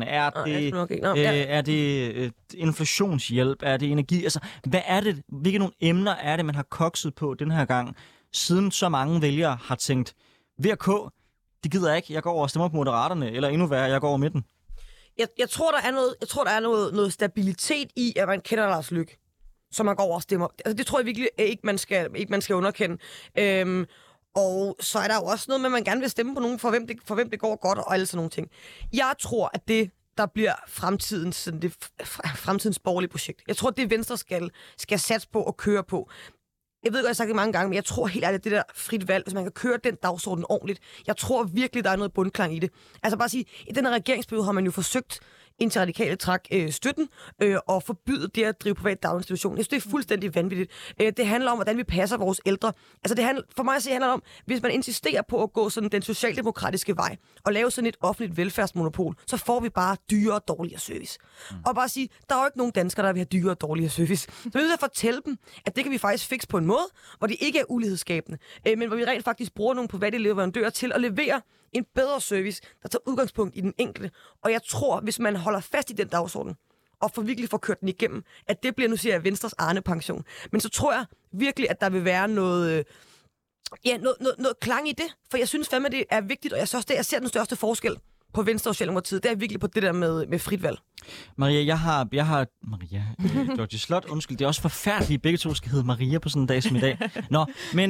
Er det inflationshjælp? Er det energi? Altså, hvad er det? Hvilke nogle emner er det, man har kokset på den her gang, siden så mange vælgere har tænkt, VK, det gider jeg ikke. Jeg går over og stemmer på Moderaterne, eller endnu værre, jeg går over midten. Jeg tror, der er noget stabilitet i, at man kender Lars Løkke, så man går over og stemmer. Altså, det tror jeg virkelig ikke, man skal underkende. Og så er der jo også noget med, at man gerne vil stemme på nogen, for hvem det går godt, og alle sådan nogle ting. Jeg tror, at det, der bliver fremtidens borgerlige projekt. Jeg tror, det Venstre skal satse på og køre på. Jeg ved godt, jeg har sagt det mange gange, men jeg tror helt ærligt, det der frit valg, hvis man kan køre den dagsorden ordentligt, jeg tror virkelig, der er noget bundklang i det. Altså bare at sige, i den her regeringsperiode har man jo forsøgt indtil radikale træk støtten og forbyde det at drive privat daginstitution. Jeg synes, det er fuldstændig vanvittigt. Det handler om, hvordan vi passer vores ældre. Altså for mig at se handler det om, hvis man insisterer på at gå sådan den socialdemokratiske vej og lave sådan et offentligt velfærdsmonopol, så får vi bare dyrere og dårligere service. Og bare sige, der er jo ikke nogen danskere, der vil have dyrere og dårligere service. Så vi vil fortælle dem, at det kan vi faktisk fikse på en måde, hvor det ikke er ulighedsskabende, men hvor vi rent faktisk bruger nogle private leverandører til at levere en bedre service, der tager udgangspunkt i den enkelte. Og jeg tror, hvis man holder fast i den dagsorden, og virkelig får kørt den igennem, at det bliver, nu siger jeg, Venstres Arne-pension. Men så tror jeg virkelig, at der vil være noget klang i det, for jeg synes fandme, det er vigtigt, og jeg ser den største forskel på Venstre og Socialdemokratiet. Det er virkelig på det der med frit valg. Maria, Georgie Slot, undskyld, det er også forfærdeligt, begge to skal hedde Maria på sådan en dag som i dag. Nå, men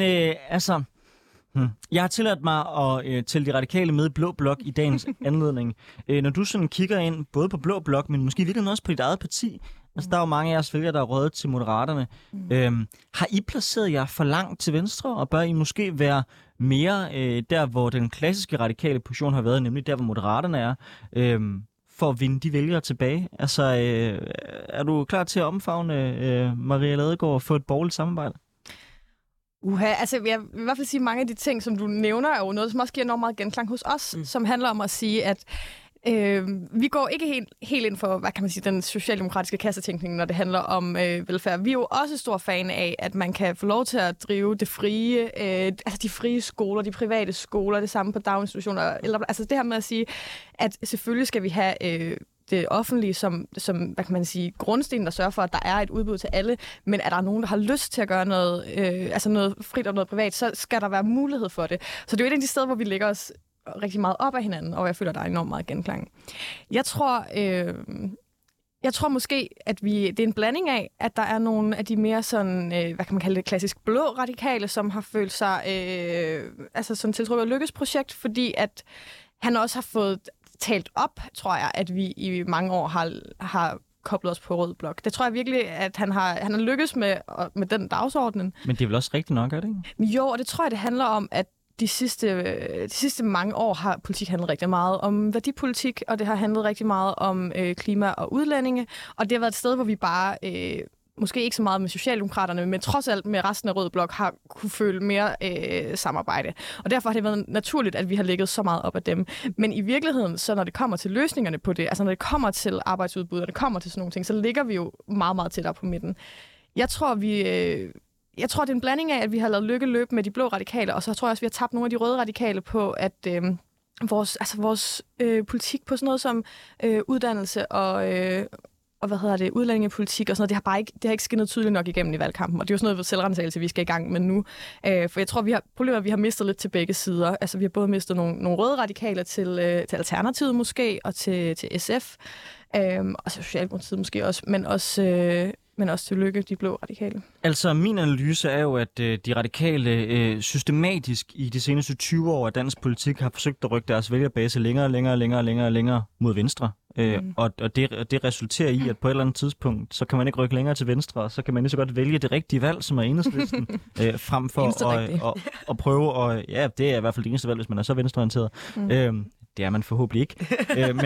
jeg har tilladt mig at tælle de radikale med i Blå Blok i dagens anledning. Når du sådan kigger ind både på Blå Blok, men måske virkelig også på dit eget parti, altså der er jo mange af jeres vælgere, der er røget til Moderaterne. Har I placeret jer for langt til venstre, og bør I måske være mere der, hvor den klassiske radikale position har været, nemlig der, hvor Moderaterne er, for at vinde de vælgere tilbage? Altså, er du klar til at omfavne Maria Ladegaard og få et borgerligt samarbejde? Altså jeg vil i hvert fald sige, at mange af de ting, som du nævner, er jo noget, som også giver enormt meget genklang hos os, som handler om at sige, at vi går ikke helt ind for, hvad kan man sige, den socialdemokratiske kassetænkning, når det handler om velfærd. Vi er jo også stor fan af, at man kan få lov til at drive det frie, altså de frie skoler, de private skoler, det samme på daginstitutioner. Altså det her med at sige, at selvfølgelig skal vi have det offentlige som, hvad kan man sige, grundsten, der sørger for, at der er et udbud til alle, men er der nogen, der har lyst til at gøre noget, altså noget frit og noget privat, så skal der være mulighed for det. Så det er jo et af de steder, hvor vi lægger os rigtig meget op af hinanden, og jeg føler, der er enormt meget genklang. Jeg tror måske, at det er en blanding af, at der er nogle af de mere sådan, hvad kan man kalde det, klassisk blå radikale, som har følt sig altså sådan tiltrukket af Løkkes projekt, fordi at han også har fået talt op, tror jeg, at vi i mange år har koblet os på rød blok. Det tror jeg virkelig, at han har lykkes med den dagsorden. Men det er vel også rigtigt nok, er det ikke? Jo, og det tror jeg, det handler om, at de sidste mange år har politik handlet rigtig meget om værdipolitik, og det har handlet rigtig meget om klima og udlændinge, og det har været et sted, hvor vi bare måske ikke så meget med Socialdemokraterne, men trods alt med resten af Rød Blok har kunne føle mere samarbejde. Og derfor har det været naturligt, at vi har ligget så meget op af dem. Men i virkeligheden, så når det kommer til løsningerne på det, altså når det kommer til arbejdsudbud, og det kommer til sådan nogle ting, så ligger vi jo meget, meget tættere på midten. Jeg tror, det er en blanding af, at vi har lavet Løkke løbe med de blå radikale, og så tror jeg også, at vi har tabt nogle af de røde radikale på, at vores politik på sådan noget som uddannelse og udlændingepolitik og sådan noget, det har ikke skinnet tydeligt nok igennem i valgkampen, og det er jo sådan noget selvrensagelse, vi skal i gang med nu. For jeg tror, vi har mistet lidt til begge sider. Altså, vi har både mistet nogle røde radikale til Alternativet måske, og til SF, og til Socialdemokratiet måske også, men også til Lykke, de blå radikale. Altså, min analyse er jo, at de radikale systematisk i de seneste 20 år af dansk politik har forsøgt at rykke deres vælgerbase længere mod venstre. Og det resulterer i, at på et eller andet tidspunkt, så kan man ikke rykke længere til venstre, og så kan man lige så godt vælge det rigtige valg, som er Enhedslisten, frem for at prøve at... Ja, det er i hvert fald det eneste valg, hvis man er så venstreorienteret. Det er man forhåbentlig ikke.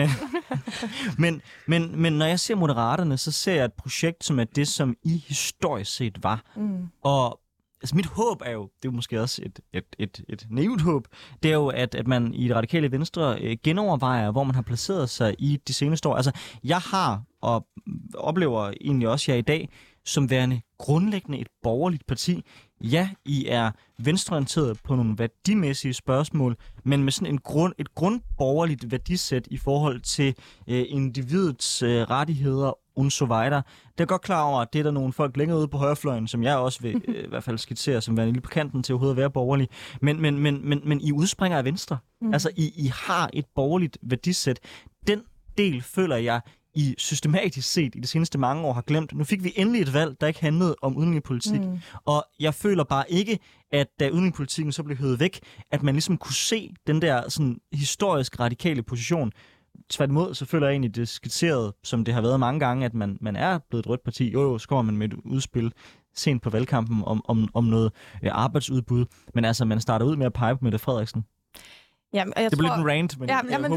Men når jeg ser Moderaterne, så ser jeg et projekt, som er det, som I historisk set var. Og altså, mit håb er jo, det er jo måske også et naivt håb, det er jo, at man i det radikale venstre genovervejer, hvor man har placeret sig i de seneste år. Altså, jeg har og oplever egentlig også jer i dag, som værende grundlæggende et borgerligt parti. Ja, I er venstreorienteret på nogle værdimæssige spørgsmål, men med sådan et grundborgerligt værdisæt i forhold til individets rettigheder und so weiter. Det er godt klar over, at det er der nogle folk længere ude på højrefløjen, som jeg også vil i hvert fald skitsere som værende lige på kanten til overhovedet at være borgerlig. Men I udspringer af venstre. Altså, I har et borgerligt værdisæt. Den del føler jeg, I systematisk set i de seneste mange år har glemt. Nu fik vi endelig et valg, der ikke handlede om udenrigspolitik. Og jeg føler bare ikke, at da udenrigspolitikken så blev hævet væk, at man ligesom kunne se den der sådan historisk radikale position. Tværtimod, så føler jeg egentlig det skitseret, som det har været mange gange, at man er blevet et rødt parti. Jo, så kommer man med et udspil sent på valgkampen om noget arbejdsudbud. Men altså, man starter ud med at pege på Mette Frederiksen. Jamen, det bliver lidt en rant, men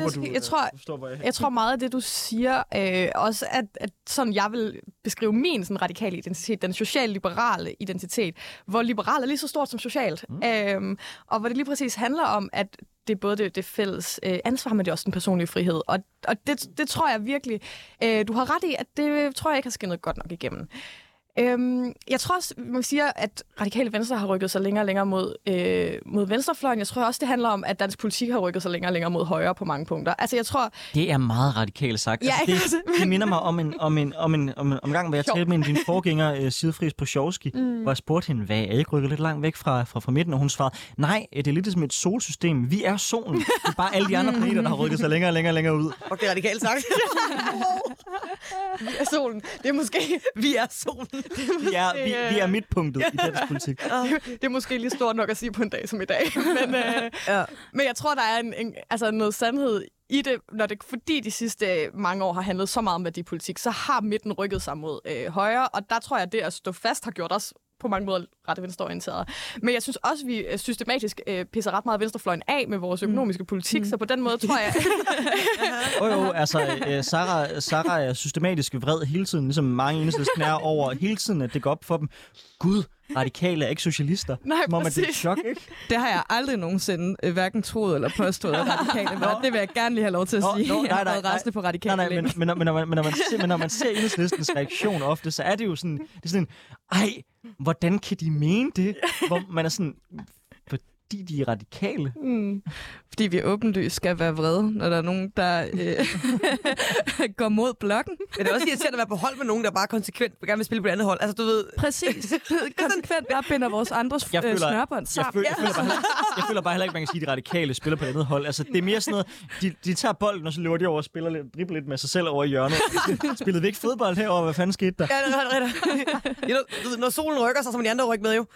jeg tror meget af det, du siger, også at sådan jeg vil beskrive min sådan radikale identitet, den socialliberale identitet, hvor liberal er lige så stort som socialt. Og hvor det lige præcis handler om, at det er både det fælles ansvar, men det er også den personlige frihed. Og det tror jeg virkelig, du har ret i, at det tror jeg ikke har skinnet godt nok igennem. Jeg tror også, man siger, at radikale venstre har rykket sig længere og længere mod venstrefløjen. Jeg tror også, det handler om, at dansk politik har rykket sig længere og længere mod højre på mange punkter. Altså, jeg tror... Det er meget radikalt sagt. Ja, altså, det minder mig om gang, hvor jeg talte med din forgænger, Sigfrid Brzezinski, hvor jeg spurgte hende, hvad er ikke rykket lidt langt væk fra midten? Og hun svarede, nej, det er lidt som et solsystem. Vi er solen. Det er bare alle de andre planeter, der har rykket sig længere ud. Og det er radikalt sagt. Vi er solen. Det er måske... Vi er solen. Vi er midtpunktet i dansk politik. Det er måske lige stort nok at sige på en dag som i dag. Men jeg tror, der er noget sandhed i det, fordi de sidste mange år har handlet så meget om værdipolitik, så har midten rykket sig mod højre, og der tror jeg, at det at stå fast har gjort os på mange måder ret venstreorienteret. Men jeg synes også, at vi systematisk pisser ret meget venstrefløjen af med vores økonomiske politik, så på den måde tror jeg... Sarah er systematisk vred hele tiden, ligesom mange Enhedslisten er over hele tiden, at det går op for dem. Gud, radikale er ikke socialister. Nej, præcis. Det er chok, ikke? Det har jeg aldrig nogensinde hverken troet eller påstået, at radikale var. Det vil jeg gerne lige have lov til at sige. Jeg har været restende på radikale. Men når man ser Enhedslistens reaktion ofte, så er det jo sådan, ej, hvordan kan de mene det? Hvor man er sådan, fordi de er radikale. Fordi vi åbenlyst skal være vrede, når der er nogen, der går mod blokken. Men det er også irriterende at være på hold med nogen, der bare konsekvent gerne vil spille på et andet hold. Altså, du ved... Præcis. Konsekvent bare binder vores andres snørbånd sammen. Jeg føler bare heller ikke, man kan sige, at de radikale spiller på et andet hold. Altså, det er mere sådan noget, de tager bolden, og så løber de over og dribler lidt med sig selv over i hjørnet. Spillede vi ikke fodbold herovre? Hvad fanden skete der? Ja, det er rigtigt. Når solen rykker sig, så må de andre rykke med jo.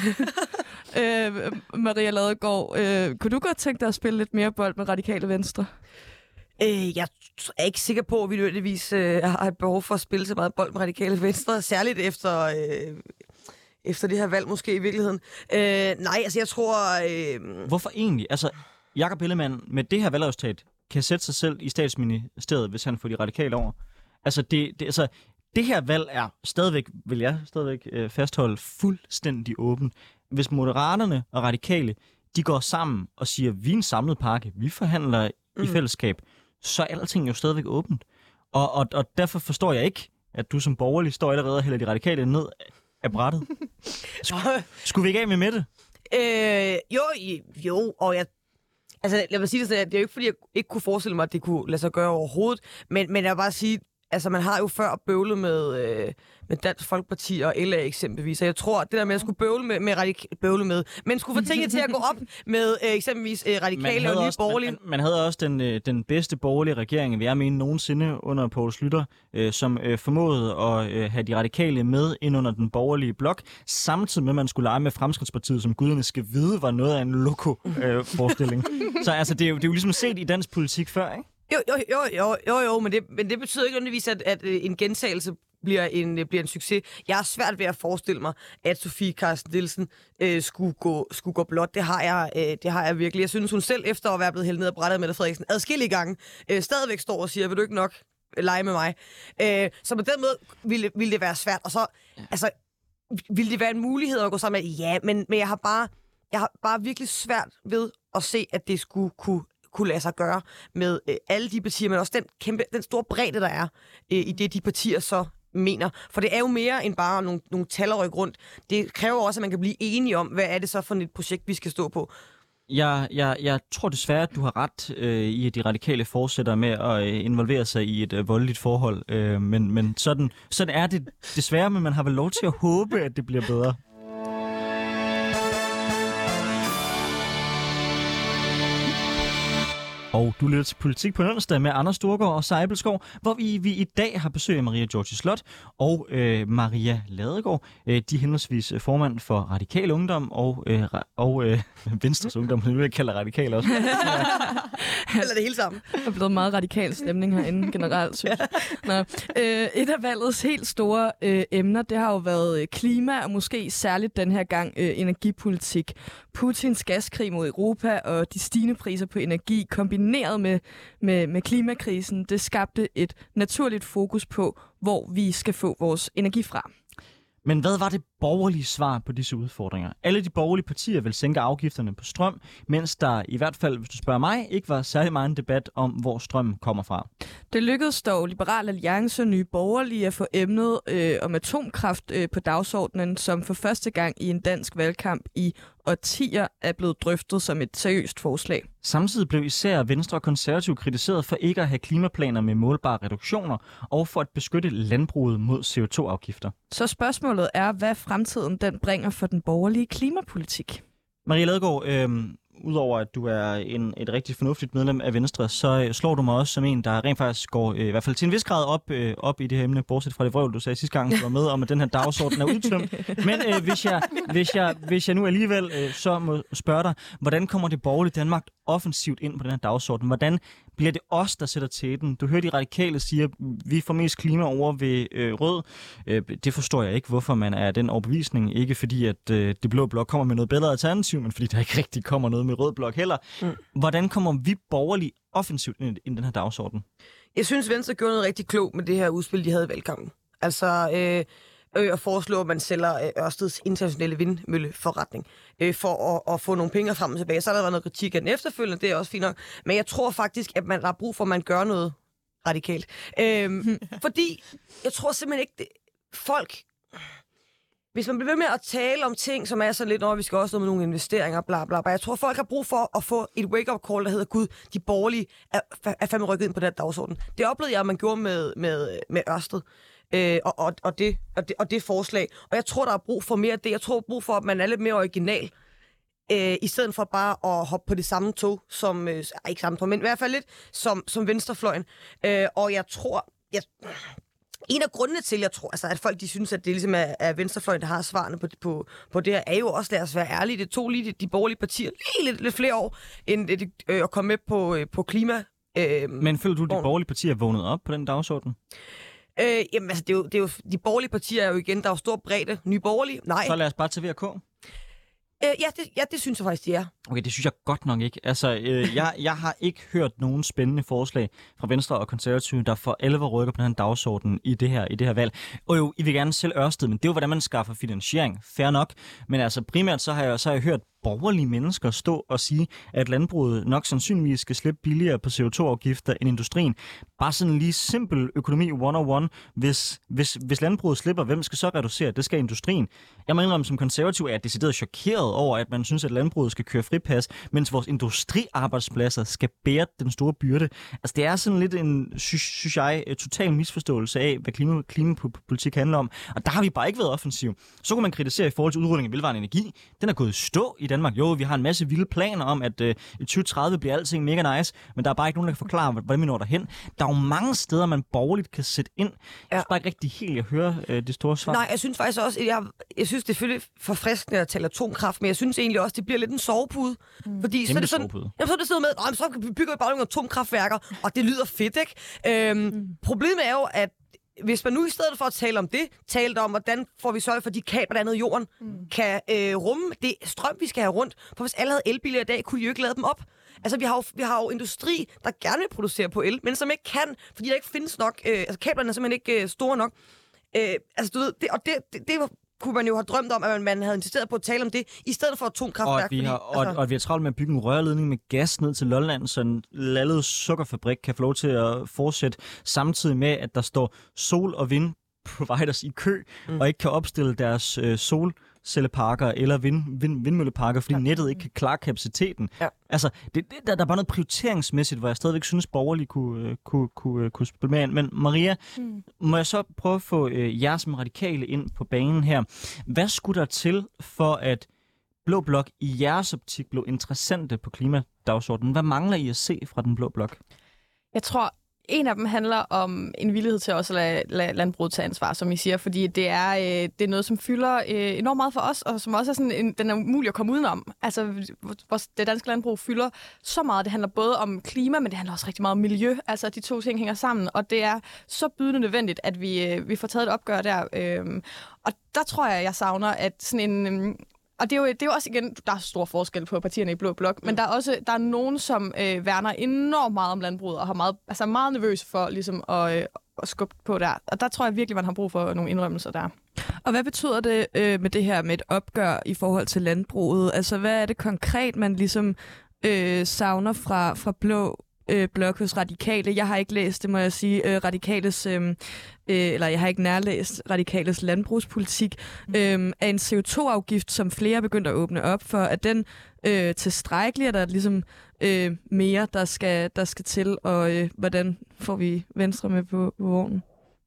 Maria Ladegaard, kunne du godt tænke dig at spille lidt mere bold med radikale venstre? Jeg er ikke sikker på, at vi nødvendigvis har et behov for at spille så meget bold med radikale venstre, særligt efter det her valg måske i virkeligheden. Nej, altså jeg tror... Hvorfor egentlig? Altså, Jakob Ellemann med det her valgresultat kan sætte sig selv i statsministeriet, hvis han får de radikale over. Altså, det her valg er vil jeg stadigvæk fastholde, fuldstændig åbent. Hvis Moderaterne og radikale, de går sammen og siger, vi er en samlet pakke, vi forhandler i fællesskab, så er alting jo stadigvæk åbent. Og derfor forstår jeg ikke, at du som borgerlig står allerede og hælder de radikale ned af brættet. Skulle vi ikke af med Mette? Jo, og jeg vil sige det sådan, det er jo ikke, fordi jeg ikke kunne forestille mig, at det kunne lade sig gøre overhovedet, men jeg vil bare sige, altså man har jo før bøvlet med Dansk Folkeparti og LA eksempelvis, og jeg tror, at det der med at skulle men skulle få tingene til at gå op med eksempelvis radikale og nye borgerlige. Man havde også den bedste borgerlige regering, vil jeg mene, nogensinde under Poul Schlüter, som formåede at have de radikale med ind under den borgerlige blok, samtidig med, at man skulle lege med Fremskridtspartiet, som guderne skal vide, var noget af en loko-forestilling. Så altså, det er jo ligesom set i dansk politik før, ikke? Jo, men det betyder ikke nødvendigvis, at en gentagelse bliver en succes. Jeg er svært ved at forestille mig, at Sofie Carsten Nielsen skulle gå blot. Det har jeg virkelig. Jeg synes, hun selv efter at være blevet hældt ned af brættet af Mette Frederiksen adskillige gange stadigvæk står og siger, vil du ikke nok lege med mig? Så på den måde ville det være svært. Og så altså, ville det være en mulighed at gå sammen med? Ja, men jeg har bare virkelig svært ved at se, at det skulle kunne lade sig gøre med alle de partier, men også den store bredde, der er i det, de partier så mener. For det er jo mere end bare nogle tal at rykke rundt. Det kræver også, at man kan blive enige om, hvad er det så for et projekt, vi skal stå på. Jeg tror desværre, at du har ret i, at de radikale fortsætter med at involvere sig i et voldeligt forhold. Men sådan er det desværre, men man har vel lov til at håbe, at det bliver bedre. Og du lytter til Politik på onsdag med Anders Storgård og Sara Abelskov, hvor vi i dag har besøg af Maria Georgi Slot og Maria Ladegaard. De er henholdsvis formand for Radikal Ungdom og Venstres Ungdom, det vil jeg kalde radikal også. Eller det hele sammen. Der er blevet meget radikal stemning herinde generelt, synes jeg. Et af valgets helt store emner, det har jo været klima, og måske særligt den her gang energipolitik. Putins gaskrig mod Europa og de stigende priser på energi kombineret med klimakrisen, det skabte et naturligt fokus på, hvor vi skal få vores energi fra. Men hvad var det borgerlige svar på disse udfordringer? Alle de borgerlige partier vil sænke afgifterne på strøm, mens der i hvert fald, hvis du spørger mig, ikke var særlig meget en debat om, hvor strømmen kommer fra. Det lykkedes dog Liberal Alliance og Nye Borgerlige at få emnet om atomkraft på dagsordenen, som for første gang i en dansk valgkamp i årtier er blevet drøftet som et seriøst forslag. Samtidig blev især Venstre og Konservative kritiseret for ikke at have klimaplaner med målbare reduktioner og for at beskytte landbruget mod CO2-afgifter. Så spørgsmålet er, hvad fremtiden den bringer for den borgerlige klimapolitik. Maria Ladegaard, udover at du er et rigtig fornuftigt medlem af Venstre, så slår du mig også som en, der rent faktisk går i hvert fald til en vis grad op i det her emne, bortset fra det vrøvl, du sagde sidste gang, du var med om, at den her dagsorden er udtømt. Men hvis jeg nu alligevel så må spørge dig, hvordan kommer det borgerlige Danmark offensivt ind på den her dagsorden? Hvordan bliver det os, der sætter tæten? Du hører de radikale sige, at vi får mest klima over ved rød. Det forstår jeg ikke, hvorfor man er den overbevisning. Ikke fordi, at det blå blok kommer med noget bedre alternativ, men fordi der ikke rigtig kommer noget med rød blok heller. Hvordan kommer vi borgerlige offensivt ind i den her dagsorden? Jeg synes, Venstre gjorde noget rigtig klogt med det her udspil, de havde i valgkampen. Altså at foreslå, at man sælger Ørsteds internationale vindmølleforretning for at få nogle penge frem og tilbage. Så har der været noget kritik af den efterfølgende, det er også fint nok. Men jeg tror faktisk, at der er brug for, at man gør noget radikalt. Fordi jeg tror simpelthen ikke, folk... Hvis man bliver ved med at tale om ting, som er så lidt, vi skal også noget med nogle investeringer, bla bla bla. Jeg tror, folk har brug for at få et wake-up call, der hedder, Gud, de borgerlige er fandme rykket ind på den dagsorden. Det oplevede jeg, at man gjorde med Ørsted. Og det forslag. Og jeg tror, der er brug for mere af det. Jeg tror, der er brug for, at man er lidt mere original, i stedet for bare at hoppe på det samme tog, som, ikke samme tog, men i hvert fald lidt som venstrefløjen. Og jeg tror, en af grundene til, at folk de synes, at det ligesom er venstrefløjen, der har svarene på det her, er jo også, lad os være ærlige, det tog lige de borgerlige partier lidt flere år, end at komme med på klima. Men føler du, de borgerlige partier er vågnet op på den dagsorden? Jamen altså, det er jo, de borgerlige partier er jo igen, der er jo stor bredde. Nye borgerlige? Nej. Så lad os bare tage VK. Det synes jeg faktisk, de er. Okay, det synes jeg godt nok ikke. Altså, jeg har ikke hørt nogen spændende forslag fra Venstre og Konservative, der for alvor rykker på den her dagsorden i det her valg. Og jo, I vil gerne selv Ørsted, men det er jo, hvordan man skaffer finansiering. Fair nok. Men altså, primært så har jeg hørt borgerlige mennesker stå og sige, at landbruget nok sandsynligvis skal slippe billigere på CO2-afgifter end industrien. Bare sådan lige simpel økonomi 101. Hvis landbruget slipper, hvem skal så reducere? Det skal industrien. Jeg må indrømme, som konservativ er jeg decideret chokeret over, at man synes, at landbruget skal køre fripas, mens vores industriarbejdspladser skal bære den store byrde. Altså det er sådan lidt en, synes jeg, total misforståelse af, hvad klimapolitik handler om. Og der har vi bare ikke været offensiv. Så kunne man kritisere i forhold til udrulling af vedvarende energi. Den er gået i stå i Danmark. Jo, vi har en masse vilde planer om, at i 2030 bliver alting mega nice, men der er bare ikke nogen, der kan forklare, hvordan vi når derhen. Der er jo mange steder, man borgerligt kan sætte ind. Jeg synes bare ikke rigtig helt, jeg hører det store svar. Nej, jeg synes faktisk også, jeg synes det er selvfølgelig forfriskende at tale atomkraft, men jeg synes egentlig også, det bliver lidt en sovepude. Fordi så er det sådan, så er det sådan med, så bygger vi bare nogle atomkraftværker, og det lyder fedt, ikke? Problemet er jo, at hvis man nu i stedet for at tale om det, talte om, hvordan får vi sørget for, at de kabler, der er nede i jorden, kan rumme det strøm, vi skal have rundt. For hvis alle havde elbiler i dag, kunne de jo ikke lade dem op. Altså, vi har jo industri, der gerne vil producere på el, men som ikke kan, fordi der ikke findes nok, kablerne er simpelthen ikke store nok. Altså, du ved, det kunne man jo have drømt om, at man havde insisteret på at tale om det, i stedet for atomkraftværk. Og vi har travlt med at bygge en rørledning med gas ned til Lolland, så en lallet sukkerfabrik kan få lov til at fortsætte, samtidig med, at der står sol- og vindproviders i kø, og ikke kan opstille deres solcelleparker eller vindmølleparker, fordi nettet ikke kan klare kapaciteten. Ja. Altså, der er bare noget prioriteringsmæssigt, hvor jeg stadigvæk synes, borgerlige kunne spille med ind. Men Maria, må jeg så prøve at få jer som radikale ind på banen her. Hvad skulle der til for, at Blå Blok i jeres optik blev interessante på klimadagsordenen? Hvad mangler I at se fra den Blå Blok? Jeg tror, en af dem handler om en villighed til også at lade landbruget tage ansvar, som I siger, fordi det er noget, som fylder enormt meget for os, og som også er sådan den er umulig at komme udenom. Altså, det danske landbrug fylder så meget. Det handler både om klima, men det handler også rigtig meget om miljø. Altså, de to ting hænger sammen, og det er så bydende nødvendigt, at vi får taget et opgør der. Og der tror jeg savner, at sådan en... Og det er jo også igen, der er stor forskel på partierne i Blå Blok, men der er nogen, som værner enormt meget om landbruget og har meget nervøs for ligesom at skubbe på der. Og der tror jeg virkelig, man har brug for nogle indrømmelser der. Og hvad betyder det med det her med et opgør i forhold til landbruget? Altså, hvad er det konkret, man ligesom savner fra Blå Blok hos Radikale? Jeg har ikke læst det, må jeg sige, Radikales... eller jeg har ikke nærlæst Radikales landbrugspolitik, af en CO2-afgift, som flere er begyndt at åbne op for. Er den tilstrækkelig? Er der ligesom mere, der skal til? Og hvordan får vi Venstre med på vognen?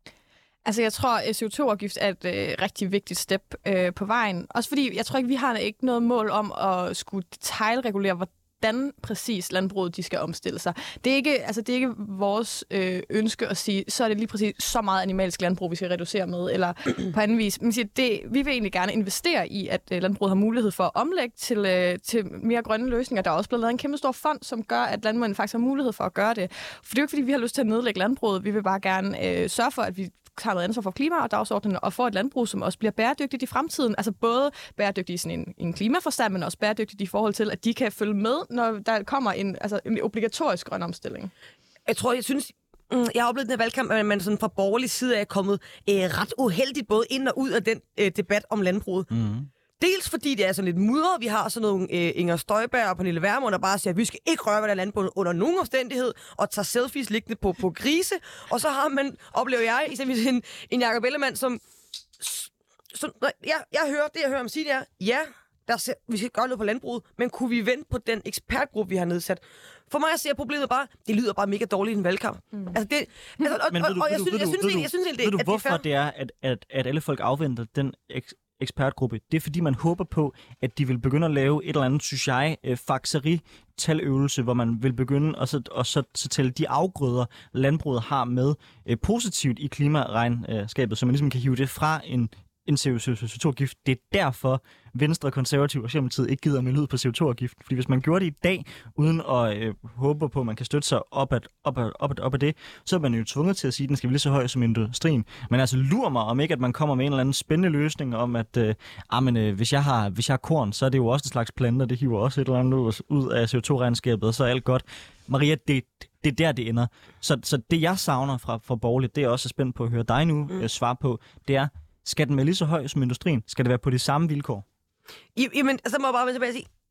Altså, jeg tror, at CO2-afgift er et rigtig vigtigt step på vejen. Også fordi, jeg tror ikke, vi har ikke noget mål om at skulle detailregulere, hvordan præcis landbruget de skal omstille sig. Det er ikke vores ønske at sige, så er det lige præcis så meget animalsk landbrug, vi skal reducere med, eller på anden vis. Men vi vil egentlig gerne investere i, at landbruget har mulighed for at omlægge til mere grønne løsninger. Der er også blevet lavet en kæmpe stor fond, som gør, at landmændene faktisk har mulighed for at gøre det. For det er jo ikke, fordi vi har lyst til at nedlægge landbruget. Vi vil bare gerne sørge for, at vi tager noget ansvar for klima og dagsordenen, og får et landbrug, som også bliver bæredygtigt i fremtiden. Altså både bæredygtigt i sådan en klimaforstand, men også bæredygtigt i forhold til, at de kan følge med, når der kommer en obligatorisk grøn omstilling. Jeg har oplevet den her valgkamp, at man sådan fra borgerlig side er kommet ret uheldigt både ind og ud af den debat om landbruget. Dels fordi det er sådan lidt mudret. Vi har sådan nogle Inger Støjberg og Pernille Vermund, der bare siger, at vi skal ikke røre ved der landbrug under nogen omstændighed, og tager selfies liggende på grise. Og så har man, oplever jeg, eksempelvis en Jakob Ellemann, som jeg hører ham sige, det er, vi skal gøre noget på landbruget, men kunne vi vente på den ekspertgruppe, vi har nedsat? For mig at se, problemet bare, det lyder bare mega dårligt i en valgkamp. Altså det, jeg synes egentlig, hvorfor det er, at alle folk afventer den ekspertgruppe? Det er, fordi man håber på, at de vil begynde at lave et eller andet, synes jeg, fakseri-taløvelse, hvor man vil begynde at så tælle de afgrøder, landbruget har med positivt i klimaregnskabet, så man ligesom kan hive det fra en CO2-afgift. Det er derfor, Venstre, Konservative og Socialdemokratiet ikke gider melde ud på CO2-afgiften. Fordi hvis man gjorde det i dag, uden at håbe på, at man kan støtte sig op af det, så er man jo tvunget til at sige, at den skal blive lige så høj som industrien. Men altså lurer mig om ikke, at man kommer med en eller anden spændende løsning om, at hvis jeg har korn, så er det jo også en slags planter, det hiver også et eller andet ud af CO2-regnskabet, og så er alt godt. Maria, det er der, det ender. Så det, jeg savner fra borgerligt, det er også spændt på at høre dig nu svare på, det er, skal den være lige så høj som industrien? Skal det være på de samme vilkår? Jamen, så må jeg bare sige,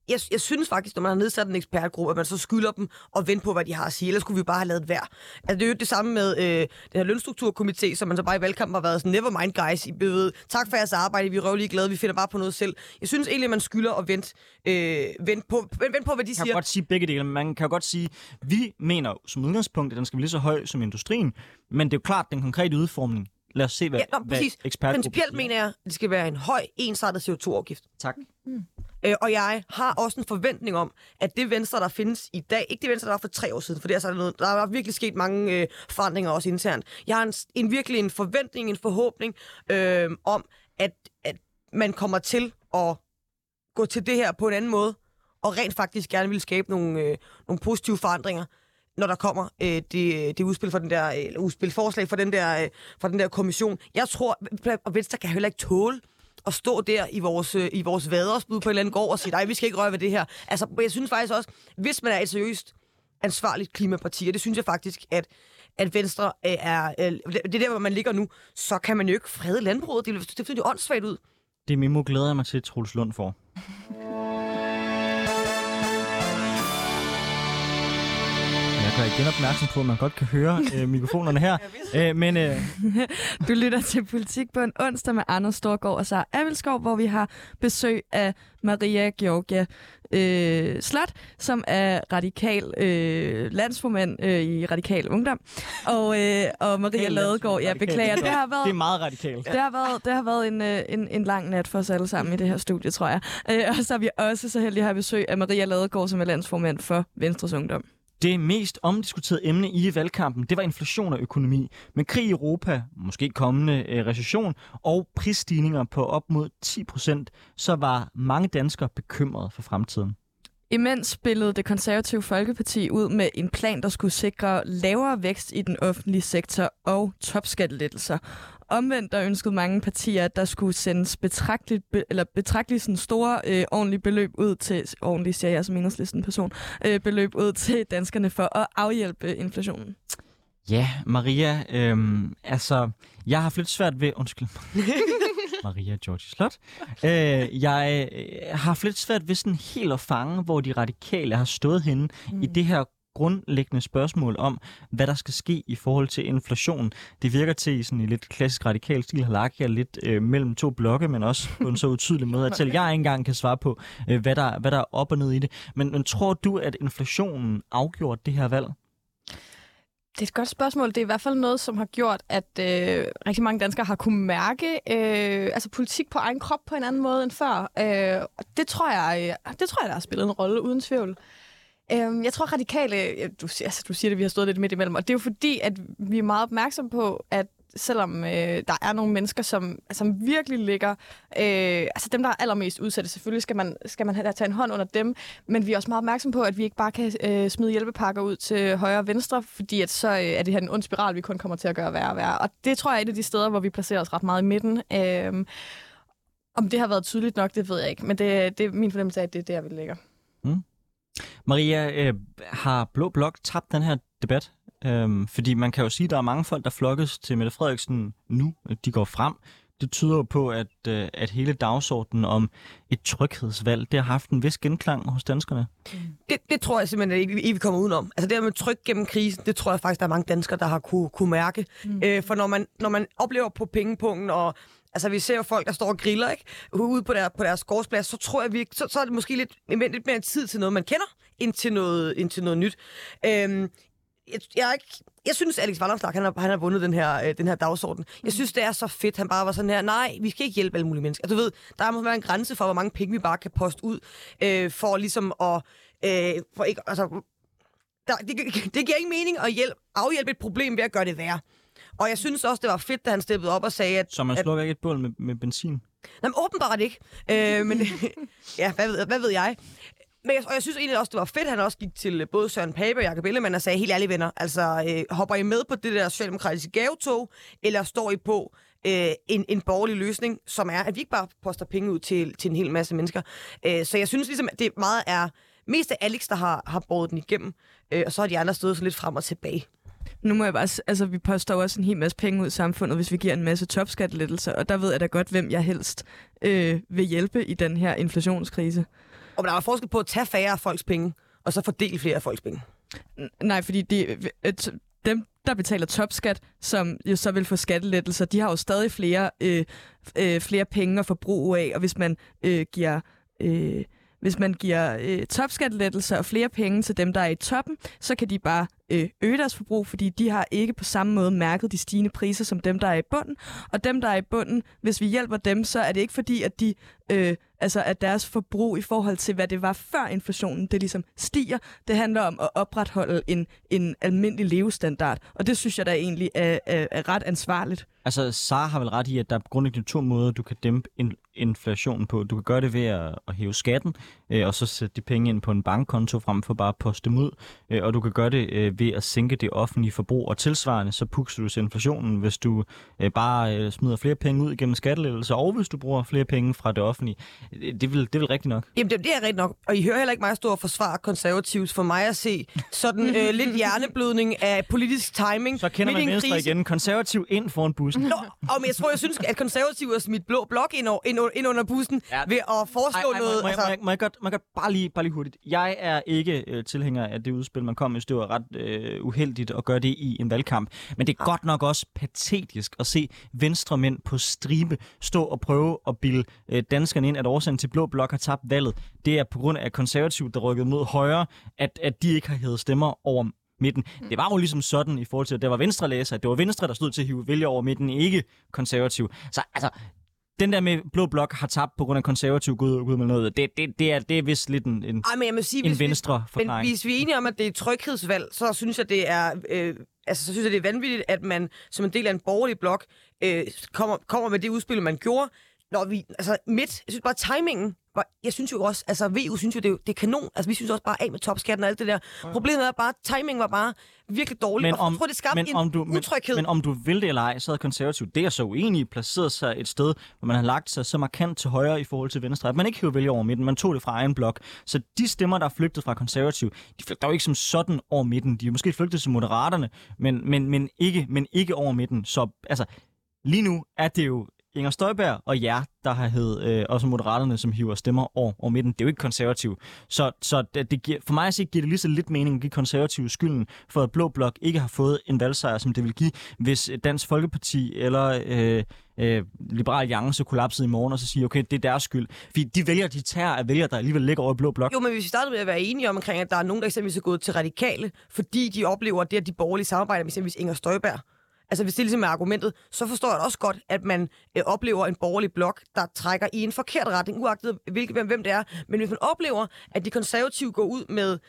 jeg synes faktisk, når man har nedsat en ekspertgruppe, at man så skylder dem og vente på, hvad de har at sige. Ellers skulle vi bare have lavet være. Altså, det er jo det samme med den her lønstrukturkomité, som man så bare i valgkampen har været sådan, never mind guys, I ved, tak for jeres arbejde, vi er røvlige glade, vi finder bare på noget selv. Jeg synes egentlig, at man skylder at vente på, hvad de siger. Man kan godt sige begge dele. Man kan jo godt sige, vi mener som udgangspunkt, at den skal blive lige så høj som industrien, men det er jo klart, den konkrete udformning. Lad os se, hvad ekspertgruppen principielt mener jeg, at det skal være en høj, ensartet CO2-afgift. Tak. Og jeg har også en forventning om, at det Venstre, der findes i dag, ikke det Venstre, der var for 3 år siden, for der er virkelig sket mange forandringer også internt. Jeg har virkelig en forventning, en forhåbning om, at man kommer til at gå til det her på en anden måde, og rent faktisk gerne vil skabe nogle positive forandringer, når der kommer det udspil for den der udspilforslag for den der kommission. Jeg tror, at Venstre kan heller ikke tåle at stå der i vores vadersbud på en eller anden gård og sige, nej, vi skal ikke røre ved det her. Altså, jeg synes faktisk også, hvis man er et seriøst ansvarligt klimaparti, og det synes jeg faktisk, at Venstre er det der, hvor man ligger nu, så kan man jo ikke frede landbruget. Det er jo åndssvagt ud. Det memo glæder jeg mig til, at Troels Lund får. Jeg gør igen opmærksom på, at man godt kan høre mikrofonerne her. Du lytter til Politik på en onsdag med Anders Storgård og Sara Abildskov, hvor vi har besøg af Maria Georgia Slot, som er radikal landsformand i Radikal Ungdom. Og Maria Ladegaard, jeg beklager. Det er meget radikalt. Det har været en lang nat for os alle sammen i det her studie, tror jeg. Og så er vi også så heldige at have besøg af Maria Ladegaard, som er landsformand for Venstres Ungdom. Det mest omdiskuterede emne i valgkampen, det var inflation og økonomi. Med krig i Europa, måske kommende recession og prisstigninger på op mod 10%, så var mange danskere bekymrede for fremtiden. Imens spillede Det Konservative Folkeparti ud med en plan, der skulle sikre lavere vækst i den offentlige sektor og topskattelettelser. Omvendt der ønskede mange partier, at der skulle sendes betragteligt sådan store ordentlige beløb ud til, ordentligt siger jeg som Enhedslisten person, beløb ud til danskerne for at afhjælpe inflationen. Ja, Maria, jeg har haft lidt svært ved, Maria Georgia Slot. Jeg har haft lidt svært ved sådan helt at fange, hvor de radikale har stået henne i det her grundlæggende spørgsmål om, hvad der skal ske i forhold til inflation. Det virker til i sådan en lidt klassisk radikal stil, har lagt jer lidt mellem to blokke, men også på en så utydelig måde, at selv jeg ikke engang kan svare på, hvad der er op og ned i det. Men tror du, at inflationen afgjorde det her valg? Det er et godt spørgsmål. Det er i hvert fald noget, som har gjort, at rigtig mange danskere har kunnet mærke politik på egen krop på en anden måde end før. Det tror jeg, der har spillet en rolle, uden tvivl. Jeg tror radikale, du siger det, vi har stået lidt midt imellem, og det er jo fordi, at vi er meget opmærksom på, at selvom der er nogle mennesker, som virkelig ligger, dem, der er allermest udsatte, selvfølgelig skal man tage en hånd under dem, men vi er også meget opmærksom på, at vi ikke bare kan smide hjælpepakker ud til højre og venstre, fordi at så er det her en ond spiral, vi kun kommer til at gøre værre og værre. Og det tror jeg er et af de steder, hvor vi placerer os ret meget i midten. Om det har været tydeligt nok, det ved jeg ikke, men det er min fornemmelse af, at det er der, vi ligger. Maria, har Blå Blok tabt den her debat? Fordi man kan jo sige, at der er mange folk, der flokkes til Mette Frederiksen nu. De går frem. Det tyder jo på, at hele dagsordenen om et tryghedsvalg, det har haft en vis genklang hos danskerne. Det tror jeg simpelthen ikke, vi kommer udenom. Altså det her med tryg gennem krisen, det tror jeg faktisk, der er mange danskere, der har kunne mærke. For når man oplever på pengepunkten, og altså vi ser jo folk, der står og griller, ikke, ude på deres gårdsplads, så tror jeg, så er det måske lidt mere tid til noget, man kender, end til noget nyt. Jeg synes, Alex Vanopslagh, han har vundet den her dagsorden. Jeg synes, det er så fedt. Han bare var sådan her, nej, vi skal ikke hjælpe alle mulige mennesker. Altså, du ved, der må være en grænse for, hvor mange penge vi bare kan poste ud, for ligesom at... for ikke, altså, det giver ikke mening at afhjælpe et problem ved at gøre det værre. Og jeg synes også, det var fedt, da han steppede op og sagde, at... Så man slukker ikke et bål med benzin? Jamen, åbenbart ikke. Men ja, hvad ved jeg? Og jeg synes egentlig også, det var fedt, at han også gik til både Søren Pape og Jakob Ellemann og sagde, helt ærlige venner, altså hopper I med på det der socialdemokratiske gavetog, eller står I på en borgerlig løsning, som er, at vi ikke bare poster penge ud til en hel masse mennesker. Så jeg synes ligesom, at det meget er mest af Alex, der har båret den igennem, og så har de andre stået så lidt frem og tilbage. Nu må jeg bare, vi poster jo også en hel masse penge ud i samfundet, hvis vi giver en masse topskattelettelser, og der ved jeg da godt, hvem jeg helst vil hjælpe i den her inflationskrise. Og der er forskel på at tage færre af folks penge, og så fordele flere af folks penge. Nej, fordi dem, der betaler topskat, som jo så vil få skattelettelser, de har jo stadig flere penge at forbruge af, og hvis man giver topskattelettelser og flere penge til dem, der er i toppen, så kan de bare øge deres forbrug, fordi de har ikke på samme måde mærket de stigende priser som dem, der er i bunden. Og dem, der er i bunden, hvis vi hjælper dem, så er det ikke fordi, at de at deres forbrug i forhold til, hvad det var før inflationen, det ligesom stiger. Det handler om at opretholde en almindelig levestandard, og det synes jeg da egentlig er ret ansvarligt. Altså, Sara har vel ret i, at der er grundlæggende 2 måder, du kan dæmpe inflationen på. Du kan gøre det ved at hæve skatten, og så sætte de penge ind på en bankkonto frem for bare at poste dem ud. Og du kan gøre det ved at sænke det offentlige forbrug. Og tilsvarende, så pukser du til inflationen, hvis du bare smider flere penge ud gennem skattelettelser, og hvis du bruger flere penge fra det offentlige. Det er vel rigtigt nok? Jamen, det er rigtigt nok. Og I hører heller ikke mig stå og forsvare konservativt for mig at se sådan lidt hjerneblødning af politisk timing. Så kender man Venstre igen. Konservativ ind foran bussen. Men jeg synes, at konservative har smidt blå blok ind under bussen ved at foreslå noget. Må jeg godt bare lige hurtigt. Jeg er ikke tilhænger af det udspil, man kom med. Det var ret uheldigt at gøre det i en valgkamp. Men det er godt nok også patetisk at se venstremænd på stribe stå og prøve at bilde danskerne ind, at årsagen til blå blok har tabt valget. Det er på grund af konservativt, der rykkede mod højre, at de ikke har hævet stemmer over midten. Det var jo ligesom sådan i forhold til, at der var Venstre-læser, at det var Venstre, der stod til at hive vælgere over midten, ikke konservativ. Så altså, den der med blå blok har tabt på grund af konservativ gud med noget, det er vist lidt en venstre forklaring. Men hvis vi er enige om, at det er et tryghedsvalg, så synes jeg, det er det er vanvittigt, at man som en del af en borgerlig blok kommer med det udspil, man gjorde. Når vi, jeg synes bare timingen, jeg synes jo også, VU synes jo, det er kanon. Altså, vi synes også bare af med topskatten og alt det der. Problemet er bare, timingen var bare virkelig dårlig, og jeg tror, det skabte en utryghed. Men om du vil det eller ej, så havde konservativt, det er så uenigt, placeret sig et sted, hvor man har lagt sig så markant til højre i forhold til venstre, at man ikke hæver vælge over midten, man tog det fra egen blok. Så de stemmer, der er flygtet fra konservativ, de flygter jo ikke som sådan over midten. De er måske flygtet til Moderaterne, men ikke over midten. Så altså, lige nu er det jo Inger Støjberg og jer, der har heddet også Moderaterne, som hiver stemmer over midten. Det er jo ikke konservativ. Så det giver, for mig at se, giver det lige så lidt mening at give konservative skylden for, at Blå Blok ikke har fået en valgsejr, som det vil give, hvis Dansk Folkeparti eller Liberal Alliance kollapsede i morgen, og så siger, okay, det er deres skyld. Fordi de tager af vælgere, der alligevel ligger over i Blå Blok. Jo, men hvis vi starter med at være enige omkring, at der er nogen, der eksempelvis er gået til radikale, fordi de oplever det, at de borgerlige samarbejder med eksempelvis Inger Støjberg. Altså, hvis det ligesom er argumentet, så forstår jeg også godt, at man oplever en borgerlig blok, der trækker i en forkert retning, uagtet hvem det er. Men hvis man oplever, at de konservative går ud med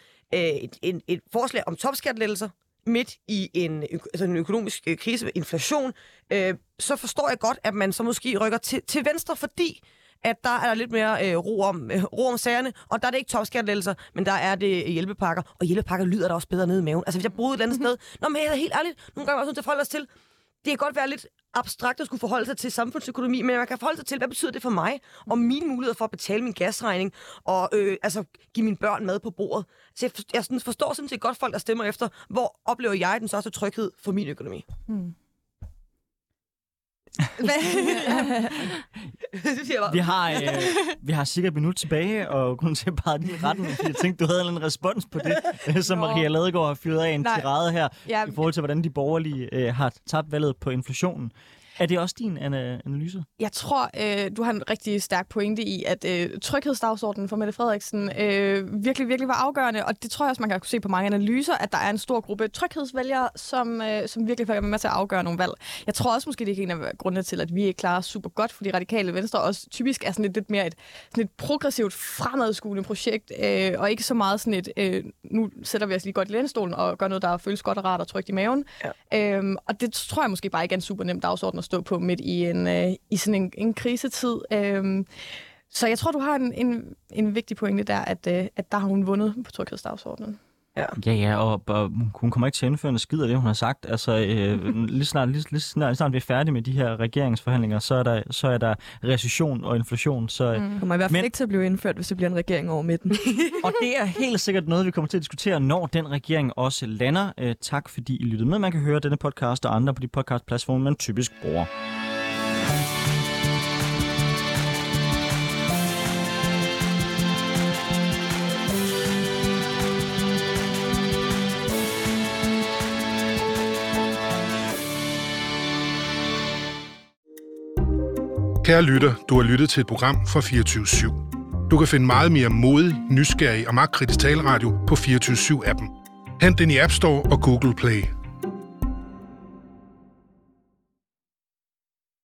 et forslag om topskattelettelser midt i en økonomisk krise, inflation, så forstår jeg godt, at man så måske rykker til venstre, fordi at der er lidt mere ro om sagerne, og der er det ikke topskattelettelser, men der er det hjælpepakker, og hjælpepakker lyder der også bedre nede i maven. Altså hvis jeg boede et andet sted, men helt ærligt, nogle gange er jeg også nødt til at forholde os til, det kan godt være lidt abstrakt at skulle forholde sig til samfundsøkonomi, men man kan forholde sig til, hvad betyder det for mig, og mine muligheder for at betale min gasregning, og give mine børn mad på bordet. Så jeg forstår sådan set godt folk, der stemmer efter, hvor oplever jeg den største tryghed for min økonomi. Vi har cirka et minut tilbage, og grunden til bare lige retten, fordi jeg tænkte, du havde en respons på det, som Maria Ladegaard har fyret af en tirade her, i forhold til, hvordan de borgerlige har tabt valget på inflationen. Er det også din analyse? Jeg tror, du har en rigtig stærk pointe i, at tryghedsdagsordenen for Mette Frederiksen virkelig, virkelig var afgørende, og det tror jeg også, man kan kunne se på mange analyser, at der er en stor gruppe tryghedsvælgere, som virkelig får med til at afgøre nogle valg. Jeg tror også måske, det er en af grundene til, at vi ikke klarer super godt, fordi Radikale Venstre også typisk er sådan lidt mere et progressivt fremadskuende projekt, og ikke så meget sådan nu sætter vi os lige godt i lænestolen og gør noget, der føles godt og rart og trygt i maven. Ja. Og det tror jeg måske bare ikke er en super nem dagsorden at stå på midt i sådan en krisetid. Så jeg tror, du har en vigtig pointe der, at der har hun vundet på tryghedsdagsordenen. Ja, og hun kommer ikke til at indføre en skid af det, hun har sagt. Altså, lige snart vi er færdige med de her regeringsforhandlinger, så er der recession og inflation. Så, kommer i hvert fald ikke til at blive indført, hvis det bliver en regering over midten. Og det er helt sikkert noget, vi kommer til at diskutere, når den regering også lander. Tak fordi I lyttede med. Man kan høre denne podcast og andre på de podcastplatforme, man typisk bruger. Kære lytter, du har lyttet til et program fra 24/7. Du kan finde meget mere modig, nysgerrig og magtkritisk taleradio på 24/7-appen. Hent den i App Store og Google Play.